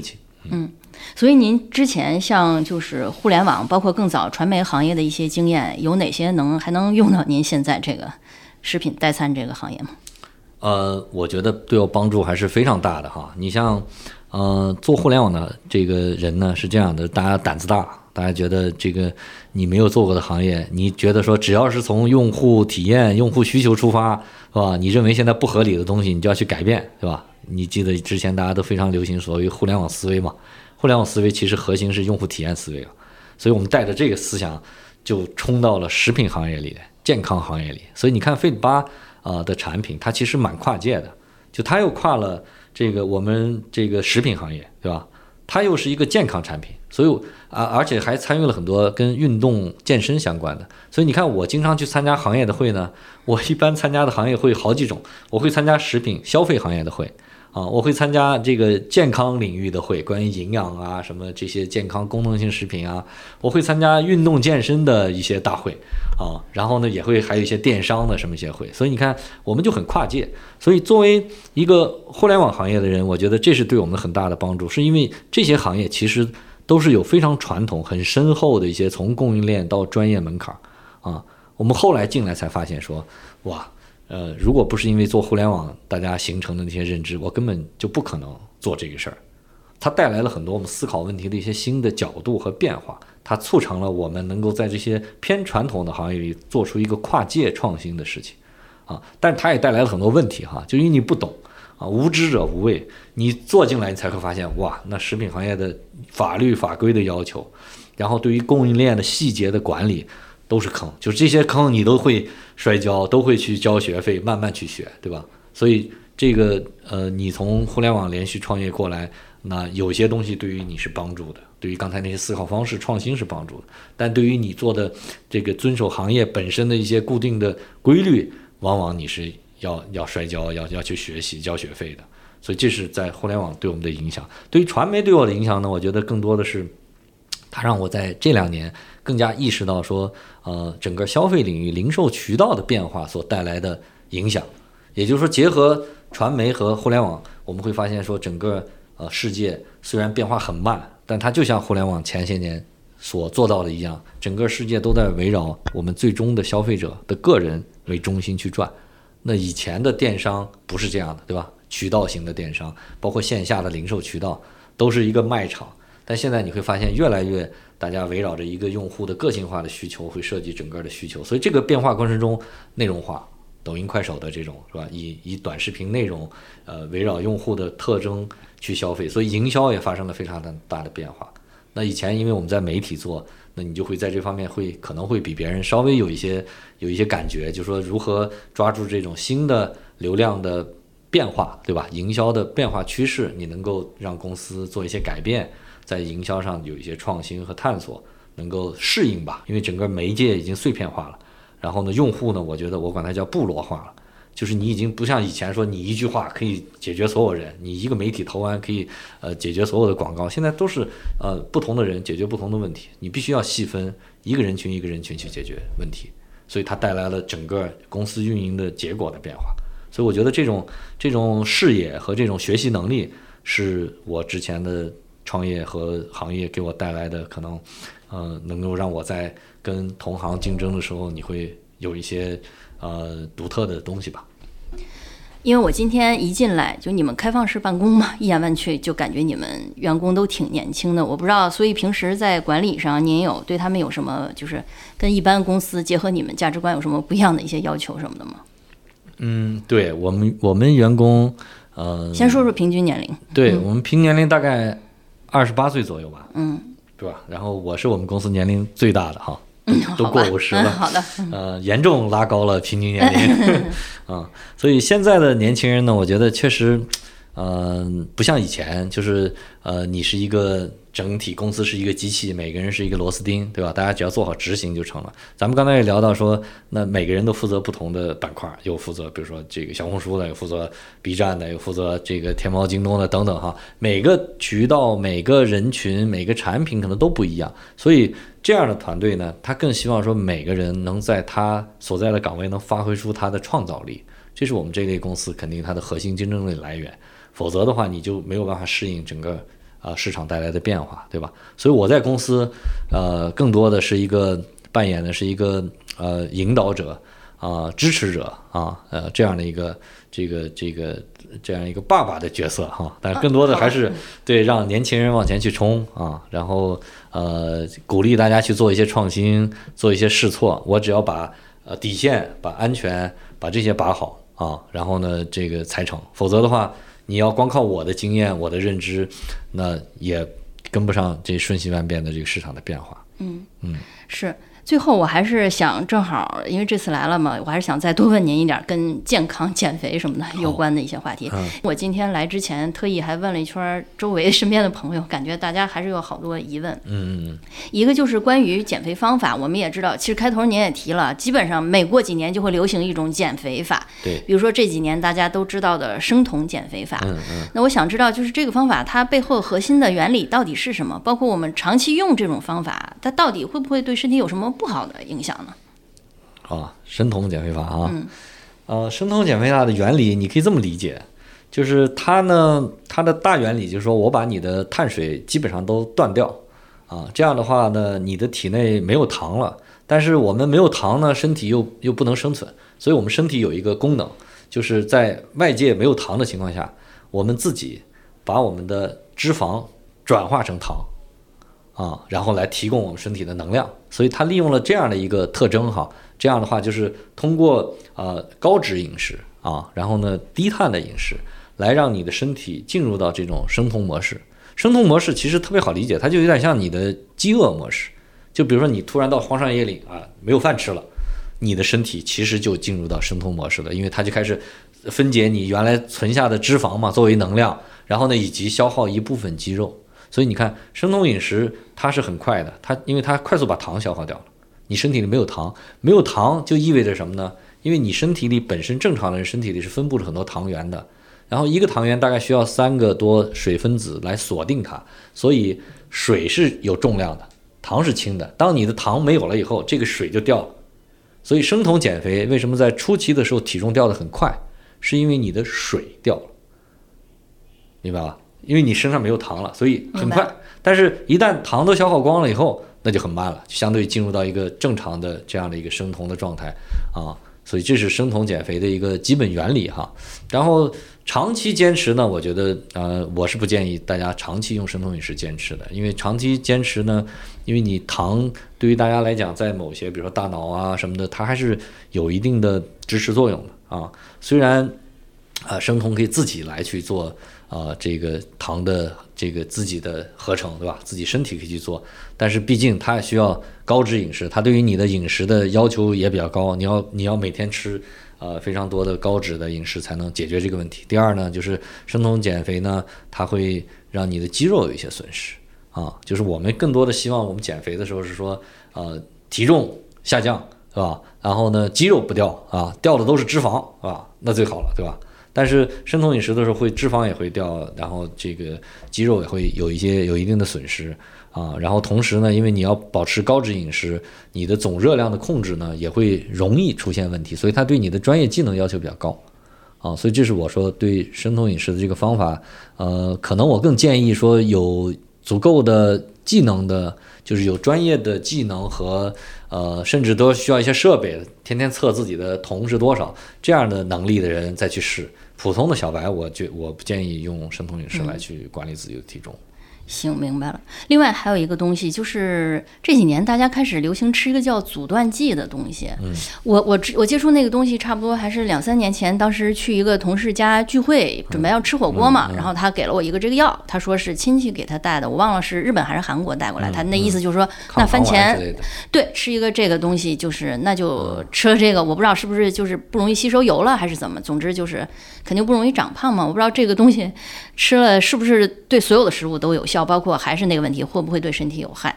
所以您之前像就是互联网，包括更早传媒行业的一些经验，有哪些还能用到您现在这个食品代餐这个行业吗？ 我觉得对我帮助还是非常大的哈。你像做互联网的这个人呢是这样的，大家胆子大，大家觉得这个你没有做过的行业，你觉得说只要是从用户体验、用户需求出发，是吧？你认为现在不合理的东西，你就要去改变，对吧？你记得之前大家都非常流行所谓互联网思维嘛？互联网思维其实核心是用户体验思维，所以我们带着这个思想就冲到了食品行业里的健康行业里。所以你看费德巴的产品，它其实蛮跨界的，就它又跨了这个我们这个食品行业，对吧？它又是一个健康产品，所以而且还参与了很多跟运动健身相关的。所以你看我经常去参加行业的会呢，我一般参加的行业会好几种，我会参加食品消费行业的会我会参加这个健康领域的会，关于营养啊什么这些健康功能性食品啊，我会参加运动健身的一些大会然后呢也会还有一些电商的什么一些会。所以你看我们就很跨界，所以作为一个互联网行业的人，我觉得这是对我们很大的帮助，是因为这些行业其实都是有非常传统很深厚的一些从供应链到专业门槛我们后来进来才发现说哇如果不是因为做互联网大家形成的那些认知，我根本就不可能做这个事儿。它带来了很多我们思考问题的一些新的角度和变化，它促成了我们能够在这些偏传统的行业里做出一个跨界创新的事情但是它也带来了很多问题就因为你不懂无知者无畏，你做进来你才会发现哇，那食品行业的法律法规的要求，然后对于供应链的细节的管理都是坑，就是这些坑你都会摔跤，都会去交学费，慢慢去学，对吧？所以这个你从互联网连续创业过来，那有些东西对于你是帮助的，对于刚才那些思考方式创新是帮助的，但对于你做的这个遵守行业本身的一些固定的规律，往往你是要摔跤，要去学习交学费的。所以这是在互联网对我们的影响。对于传媒对我的影响呢，我觉得更多的是它让我在这2年更加意识到说整个消费领域零售渠道的变化所带来的影响。也就是说结合传媒和互联网，我们会发现说整个世界虽然变化很慢，但它就像互联网前些年所做到的一样，整个世界都在围绕我们最终的消费者的个人为中心去转。那以前的电商不是这样的，对吧？渠道型的电商包括线下的零售渠道都是一个卖场，但现在你会发现越来越大家围绕着一个用户的个性化的需求会设计整个的需求。所以这个变化过程中内容化，抖音快手的这种是吧，以短视频内容围绕用户的特征去消费，所以营销也发生了非常大的变化。那以前因为我们在媒体做，那你就会在这方面可能会比别人稍微有一些感觉，就是说如何抓住这种新的流量的变化，对吧？营销的变化趋势，你能够让公司做一些改变，在营销上有一些创新和探索，能够适应吧。因为整个媒介已经碎片化了，然后呢，用户呢，我觉得我管它叫部落化了，就是你已经不像以前说你一句话可以解决所有人，你一个媒体投完可以解决所有的广告，现在都是不同的人解决不同的问题，你必须要细分一个人群一个人群去解决问题，所以它带来了整个公司运营的结果的变化。所以我觉得这种视野和这种学习能力是我之前的创业和行业给我带来的可能能够让我在跟同行竞争的时候你会有一些独特的东西吧。 因为我今天一进来就你们开放式办公嘛，一眼望去就感觉你们员工都挺年轻的，我不知道，所以平时在管理上您有对他们有什么就是跟一般公司结合你们价值观有什么不一样的一些要求什么的吗？ 对，我们员工先说说平均年龄。 对，我们平均年龄大概28岁左右吧，对吧？然后我是我们公司年龄最大的哈，都过50了， 好的， 严重拉高了平均年龄所以现在的年轻人呢，我觉得确实不像以前，就是你是一个整体公司是一个机器，每个人是一个螺丝钉，对吧？大家只要做好执行就成了。咱们刚才也聊到说，那每个人都负责不同的板块，有负责比如说这个小红书的，有负责 B 站的，有负责这个天猫京东的等等哈，每个渠道每个人群每个产品可能都不一样，所以这样的团队呢，他更希望说每个人能在他所在的岗位能发挥出他的创造力，这是我们这类公司肯定它的核心竞争力来源，否则的话你就没有办法适应整个市场带来的变化，对吧？所以我在公司更多的是扮演的是一个引导者支持者这样的一个这样一个爸爸的角色哈，但是更多的还是对让年轻人往前去冲然后鼓励大家去做一些创新，做一些试错，我只要把底线、把安全、把这些把好然后呢这个才成，否则的话你要光靠我的经验、我的认知，那也跟不上这瞬息万变的这个市场的变化。 是。最后我还是想正好因为这次来了嘛，我还是想再多问您一点跟健康减肥什么的有关的一些话题。我今天来之前特意还问了一圈周围身边的朋友，感觉大家还是有好多疑问。一个就是关于减肥方法，我们也知道其实开头您也提了，基本上每过几年就会流行一种减肥法， 对， 比如说这几年大家都知道的生酮减肥法。那我想知道就是这个方法它背后核心的原理到底是什么，包括我们长期用这种方法它到底会不会对身体有什么不好的影响呢？ 生酮减肥法生酮减肥法的原理你可以这么理解，就是它的大原理就是说我把你的碳水基本上都断掉这样的话呢，你的体内没有糖了，但是我们没有糖呢，身体又不能生存，所以我们身体有一个功能，就是在外界没有糖的情况下，我们自己把我们的脂肪转化成糖然后来提供我们身体的能量，所以它利用了这样的一个特征这样的话就是通过高脂饮食然后呢低碳的饮食来让你的身体进入到这种生酮模式。生酮模式其实特别好理解，它就有点像你的饥饿模式，就比如说你突然到荒山野岭没有饭吃了，你的身体其实就进入到生酮模式了，因为它就开始分解你原来存下的脂肪嘛，作为能量，然后呢以及消耗一部分肌肉。所以你看生酮饮食它是很快的，因为它快速把糖消耗掉了，你身体里没有糖，没有糖就意味着什么呢？因为你身体里本身正常的人身体里是分布着很多糖原的，然后一个糖原大概需要3个多水分子来锁定它，所以水是有重量的，糖是轻的，当你的糖没有了以后，这个水就掉了。所以生酮减肥为什么在初期的时候体重掉得很快，是因为你的水掉了，明白吧？因为你身上没有糖了，所以很快，但是一旦糖都消耗光了以后，那就很慢了，就相对进入到一个正常的这样的一个生酮的状态所以这是生酮减肥的一个基本原理然后长期坚持呢，我觉得我是不建议大家长期用生酮饮食坚持的，因为长期坚持呢，因为你糖对于大家来讲，在某些比如说大脑什么的，它还是有一定的支持作用的虽然生酮可以自己来去做这个糖的这个自己的合成，对吧？自己身体可以去做，但是毕竟它也需要高脂饮食，它对于你的饮食的要求也比较高，你要每天吃非常多的高脂的饮食才能解决这个问题。第二呢，就是生酮减肥呢，它会让你的肌肉有一些损失就是我们更多的希望我们减肥的时候是说体重下降，对吧？然后呢肌肉不掉掉的都是脂肪那最好了，对吧？但是生酮饮食的时候脂肪也会掉，然后这个肌肉也会有一定的损失然后同时呢，因为你要保持高脂饮食，你的总热量的控制呢也会容易出现问题，所以它对你的专业技能要求比较高所以这是我说对生酮饮食的这个方法可能我更建议说有足够的技能的，就是有专业的技能和甚至都需要一些设备，天天测自己的酮是多少，这样的能力的人再去试。普通的小白我不建议用生酮饮食来去管理自己的体重。 行，明白了。另外还有一个东西，就是这几年大家开始流行吃一个叫阻断剂的东西。我接触那个东西差不多还是2-3年前，当时去一个同事家聚会，准备要吃火锅嘛，然后他给了我一个这个药，他说是亲戚给他带的，我忘了是日本还是韩国带过来，他那意思就是说，那饭前对吃一个这个东西，就是那就吃了这个，我不知道是不是就是不容易吸收油了还是怎么，总之就是肯定不容易长胖嘛。我不知道这个东西吃了是不是对所有的食物都有效，包括还是那个问题，会不会对身体有害？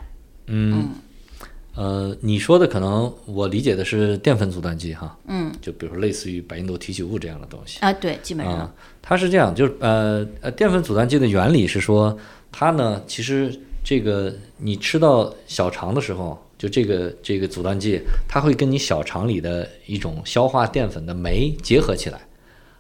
你说的可能我理解的是淀粉阻断剂就比如说类似于白印度提取物这样的东西对，基本上它是这样，就是淀粉阻断剂的原理是说，它呢其实这个你吃到小肠的时候，就这个阻断剂，它会跟你小肠里的一种消化淀粉的酶结合起来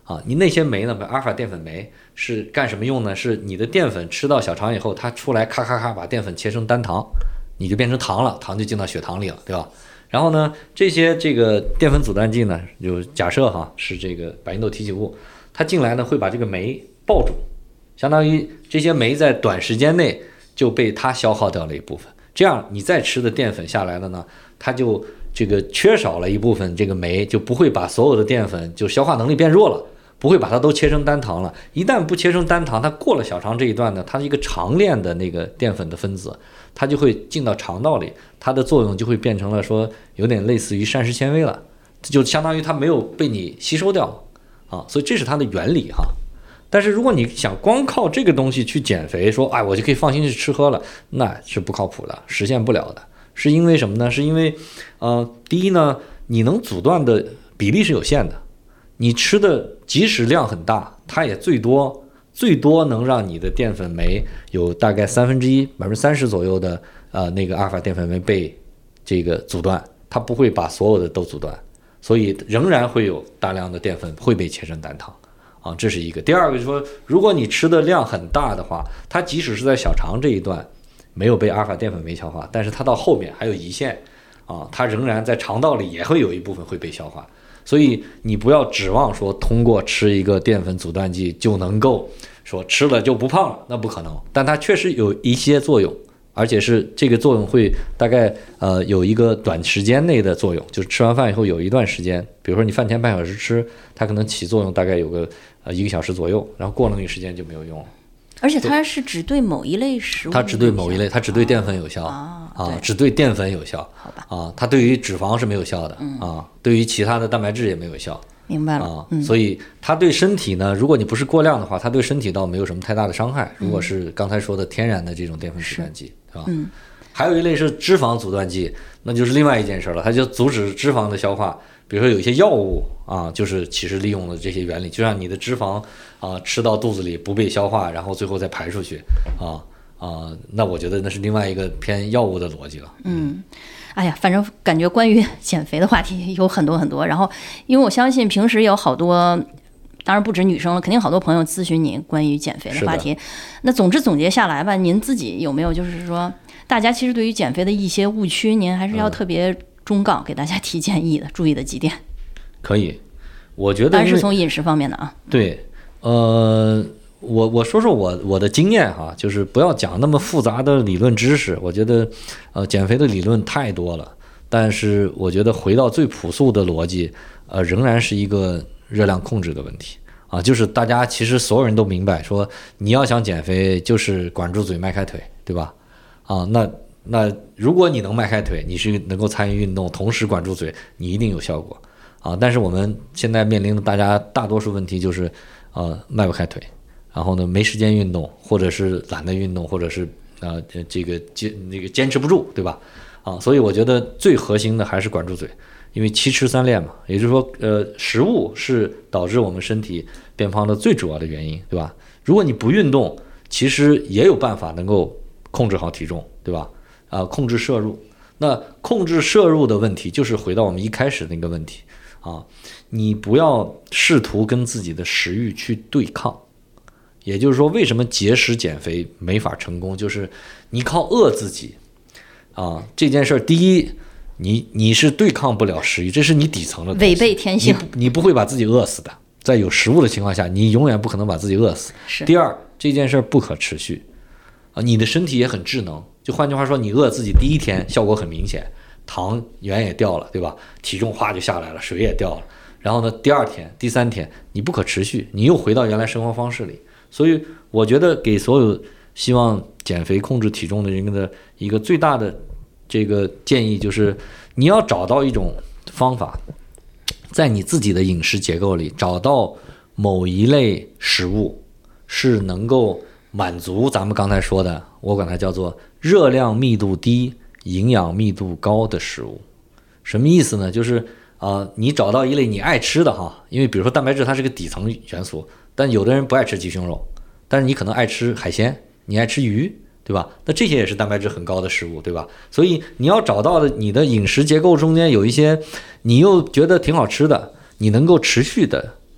你那些酶呢，阿尔法淀粉酶是干什么用呢？是你的淀粉吃到小肠以后，它出来咔咔咔把淀粉切成单糖，你就变成糖了，糖就进到血糖里了，对吧？然后呢，这个淀粉阻断剂呢，就假设是这个白芸豆提取物，它进来呢会把这个酶抱住，相当于这些酶在短时间内就被它消耗掉了一部分。这样你再吃的淀粉下来了呢，它就这个缺少了一部分这个酶，就不会把所有的淀粉就消化能力变弱了，不会把它都切成单糖了。一旦不切成单糖，它过了小肠这一段呢，它一个长链的那个淀粉的分子，它就会进到肠道里，它的作用就会变成了说有点类似于膳食纤维了，就相当于它没有被你吸收掉所以这是它的原理但是如果你想光靠这个东西去减肥，说我就可以放心去吃喝了，那是不靠谱的，实现不了的。是因为什么呢？是因为第一呢，你能阻断的比例是有限的，你吃的即使量很大，它也最多能让你的淀粉酶有大概1/3%、30%左右的那个阿尔法淀粉酶被这个阻断，它不会把所有的都阻断，所以仍然会有大量的淀粉会被切成单糖这是一个。第二个就是说，如果你吃的量很大的话，它即使是在小肠这一段没有被阿尔法淀粉酶消化，但是它到后面还有胰腺它仍然在肠道里也会有一部分会被消化。所以你不要指望说通过吃一个淀粉阻断剂就能够说吃了就不胖了，那不可能。但它确实有一些作用，而且是这个作用会大概有一个短时间内的作用，就是吃完饭以后有一段时间，比如说你饭前半小时吃，它可能起作用大概有个1个小时左右，然后过了那个时间就没有用了。 而且它是只对某一类食物， 它只对某一类，它只对淀粉有效只对淀粉有效， 好吧它对于脂肪是没有效的对于其他的蛋白质也没有效。 明白了所以它对身体呢，如果你不是过量的话，它对身体倒没有什么太大的伤害。如果是刚才说的天然的这种淀粉阻断剂，是吧？还有一类是脂肪阻断剂，那就是另外一件事了，它就阻止脂肪的消化。比如说有一些药物就是其实利用了这些原理，就让你的脂肪吃到肚子里不被消化，然后最后再排出去那我觉得那是另外一个偏药物的逻辑了。 哎呀，反正感觉关于减肥的话题有很多很多。然后，因为我相信平时有好多，当然不止女生了，肯定好多朋友咨询您关于减肥的话题。那总结下来吧，您自己有没有就是说，大家其实对于减肥的一些误区，您还是要特别忠告给大家提建议的，注意的几点？ 可以，我觉得当然是从饮食方面的对，我说说我的经验就是不要讲那么复杂的理论知识。我觉得减肥的理论太多了，但是我觉得回到最朴素的逻辑，仍然是一个热量控制的问题就是大家其实所有人都明白，说你要想减肥就是管住嘴迈开腿，对吧？那如果你能迈开腿，你是能够参与运动，同时管住嘴，你一定有效果但是我们现在面临的大家大多数问题就是迈不开腿，然后呢没时间运动，或者是懒得运动，或者是这个坚持不住，对吧？所以我觉得最核心的还是管住嘴，因为7吃3练嘛，也就是说食物是导致我们身体变胖的最主要的原因，对吧？如果你不运动，其实也有办法能够控制好体重，对吧？控制摄入。那控制摄入的问题就是回到我们一开始那个问题你不要试图跟自己的食欲去对抗。也就是说，为什么节食减肥没法成功，就是你靠饿自己这件事儿，第一，你是对抗不了食欲，这是你底层的东西， 违背天性， 你不会把自己饿死的。在有食物的情况下，你永远不可能把自己饿死。第二，这件事儿不可持续你的身体也很智能。就换句话说，你饿自己第一天效果很明显，糖原也掉了，对吧？体重哗就下来了，水也掉了。然后呢，第二天、第三天你不可持续，你又回到原来生活方式里。所以我觉得给所有希望减肥控制体重的人的一个最大的这个建议就是，你要找到一种方法，在你自己的饮食结构里找到某一类食物是能够满足咱们刚才说的，我管它叫做热量密度低、营养密度高的食物。什么意思呢？就是你找到一类你爱吃的因为比如说蛋白质它是个底层元素，但有的人不爱吃鸡胸肉，但是你可能爱吃海鲜，你爱吃鱼，对吧？那这些也是蛋白质很高的食物，对吧？所以你要找到的你的饮食结构中间有一些你又觉得挺好吃的，你能够持续的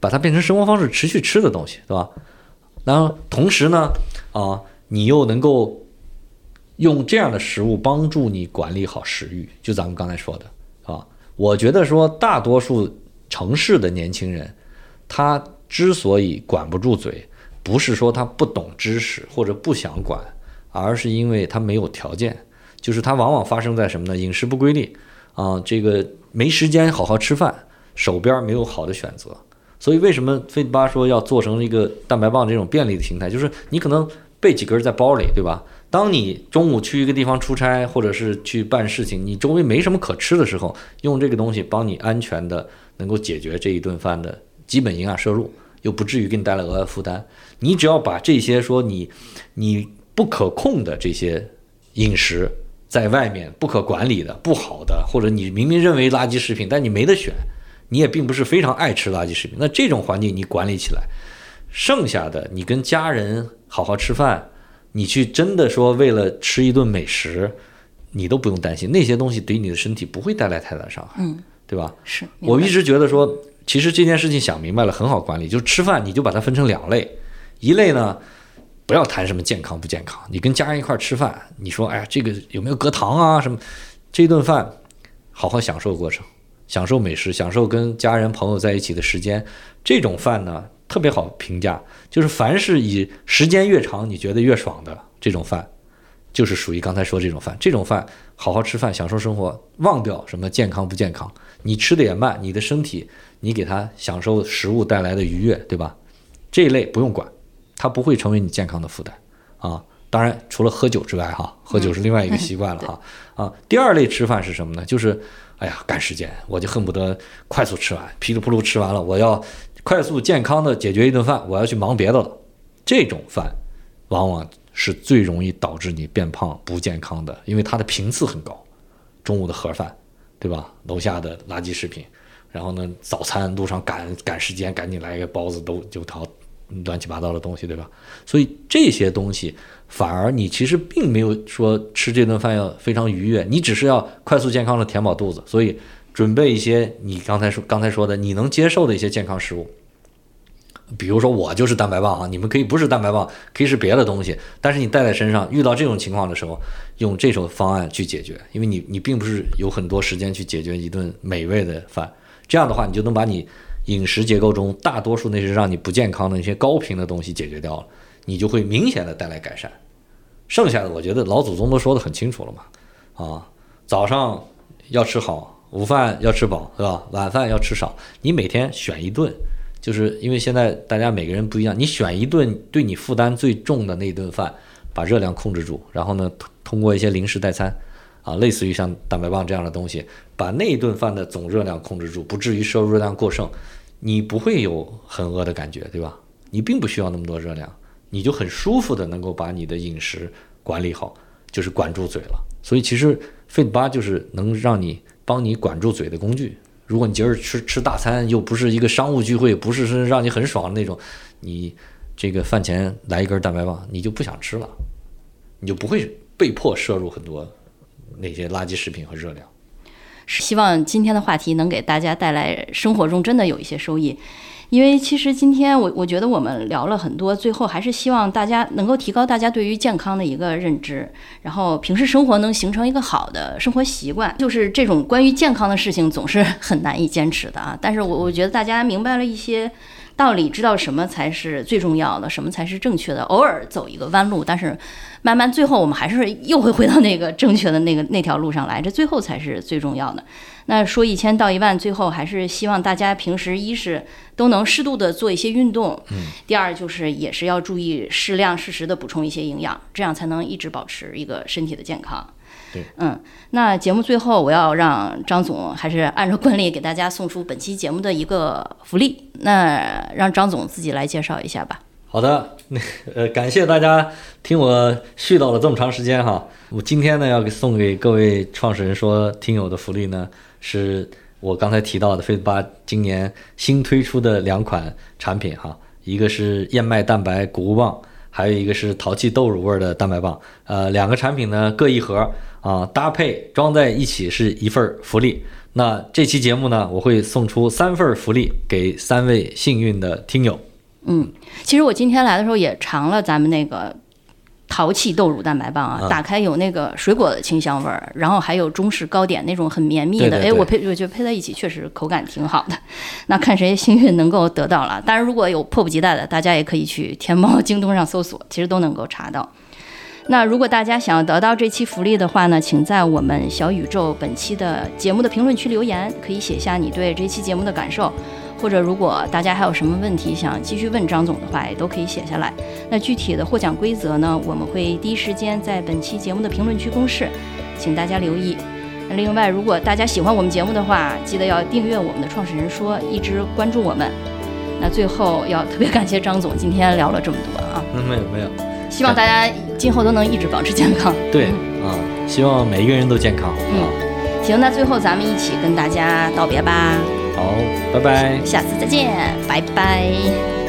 把它变成生活方式持续吃的东西，对吧？然后同时呢，你又能够用这样的食物帮助你管理好食欲，就咱们刚才说的我觉得说大多数城市的年轻人，他之所以管不住嘴，不是说他不懂知识或者不想管，而是因为他没有条件，就是他往往发生在什么呢？饮食不规律这个没时间好好吃饭，手边没有好的选择。所以为什么费迪巴说要做成一个蛋白棒这种便利的形态，就是你可能备几根在包里，对吧？当你中午去一个地方出差或者是去办事情，你周围没什么可吃的时候，用这个东西帮你安全的能够解决这一顿饭的基本营养摄入，又不至于给你带来额外负担。你只要把这些说你不可控的这些饮食，在外面不可管理的不好的，或者你明明认为垃圾食品但你没得选，你也并不是非常爱吃垃圾食品，那这种环境你管理起来，剩下的你跟家人好好吃饭，你去真的说为了吃一顿美食，你都不用担心那些东西对你的身体不会带来太大伤害，对吧？ 是， 我一直觉得说，其实这件事情想明白了很好管理，就是吃饭你就把它分成2类，一类呢，不要谈什么健康不健康，你跟家人一块吃饭，你说哎呀这个有没有隔糖啊什么，这顿饭好好享受过程，享受美食，享受跟家人朋友在一起的时间，这种饭呢特别好评价，就是凡是以时间越长你觉得越爽的这种饭，就是属于刚才说这种饭。这种饭好好吃饭，享受生活，忘掉什么健康不健康，你吃的也慢，你的身体你给它享受食物带来的愉悦，对吧？这一类不用管，它不会成为你健康的负担当然除了喝酒之外喝酒是另外一个习惯了第2类吃饭是什么呢？就是哎呀赶时间，我就恨不得快速吃完，噼里扑噜吃完了，我要快速健康的解决一顿饭，我要去忙别的了。这种饭往往是最容易导致你变胖不健康的，因为它的频次很高。中午的盒饭，对吧？楼下的垃圾食品，然后呢早餐路上赶时间，赶紧来一个包子都就淘乱七八糟的东西，对吧？所以这些东西反而你其实并没有说吃这顿饭要非常愉悦，你只是要快速健康的填饱肚子。所以准备一些你刚才说的你能接受的一些健康食物，比如说我就是蛋白棒你们可以不是蛋白棒，可以是别的东西，但是你带在身上，遇到这种情况的时候，用这种方案去解决，因为你并不是有很多时间去解决一顿美味的饭，这样的话你就能把你饮食结构中大多数那些让你不健康的那些高频的东西解决掉了，你就会明显的带来改善。剩下的我觉得老祖宗都说得很清楚了嘛早上要吃好，午饭要吃饱，对吧？晚饭要吃少，你每天选一顿，就是因为现在大家每个人不一样，你选一顿对你负担最重的那顿饭，把热量控制住，然后呢通过一些零食代餐类似于像蛋白棒这样的东西，把那一顿饭的总热量控制住，不至于摄入热量过剩，你不会有很饿的感觉，对吧？你并不需要那么多热量，你就很舒服的能够把你的饮食管理好，就是管住嘴了。所以其实 Fit8 就是能让你帮你管住嘴的工具。如果你今儿吃大餐，又不是一个商务聚会，不是让你很爽的那种，你这个饭前来一根蛋白棒，你就不想吃了，你就不会被迫摄入很多那些垃圾食品和热量。 希望今天的话题能给大家带来生活中真的有一些收益。因为其实今天我觉得我们聊了很多，最后还是希望大家能够提高大家对于健康的一个认知，然后平时生活能形成一个好的生活习惯。就是这种关于健康的事情总是很难以坚持的但是我觉得大家明白了一些道理，知道什么才是最重要的，什么才是正确的。偶尔走一个弯路，但是慢慢最后我们还是又会回到那个正确的那条路上来，这最后才是最重要的。那说1000道1万，最后还是希望大家平时一是都能适度的做一些运动，第二就是也是要注意适量适时的补充一些营养，这样才能一直保持一个身体的健康。 对， 那节目最后我要让张总还是按照惯例给大家送出本期节目的一个福利，那让张总自己来介绍一下吧。 好的，感谢大家听我絮叨了这么长时间我今天呢要送给各位创始人说听友的福利呢，是我刚才提到的 Fit8 今年新推出的2款产品一个是燕麦蛋白谷物棒， 还有一个是淘气豆乳味的蛋白棒。2个产品呢各一盒啊，搭配装在一起是1份福利。那这期节目呢，我会送出3份福利给3位幸运的听友。 其实我今天来的时候也尝了咱们那个淘气豆乳蛋白棒啊，打开有那个水果的清香味儿，然后还有中式糕点那种很绵密的，我觉得配在一起确实口感挺好的。那看谁幸运能够得到了，当然如果有迫不及待的，大家也可以去天猫、京东上搜索，其实都能够查到。那如果大家想要得到这期福利的话呢，请在我们小宇宙本期的节目的评论区留言，可以写下你对这期节目的感受，或者如果大家还有什么问题想继续问张总的话，也都可以写下来。那具体的获奖规则呢，我们会第一时间在本期节目的评论区公示，请大家留意。另外，如果大家喜欢我们节目的话，记得要订阅我们的创始人说，一直关注我们。那最后要特别感谢张总今天聊了这么多啊。 没有， 希望大家今后都能一直保持健康。 对希望每一个人都健康。 行，那最后咱们一起跟大家道别吧。 好，拜拜， 下次再见，拜拜。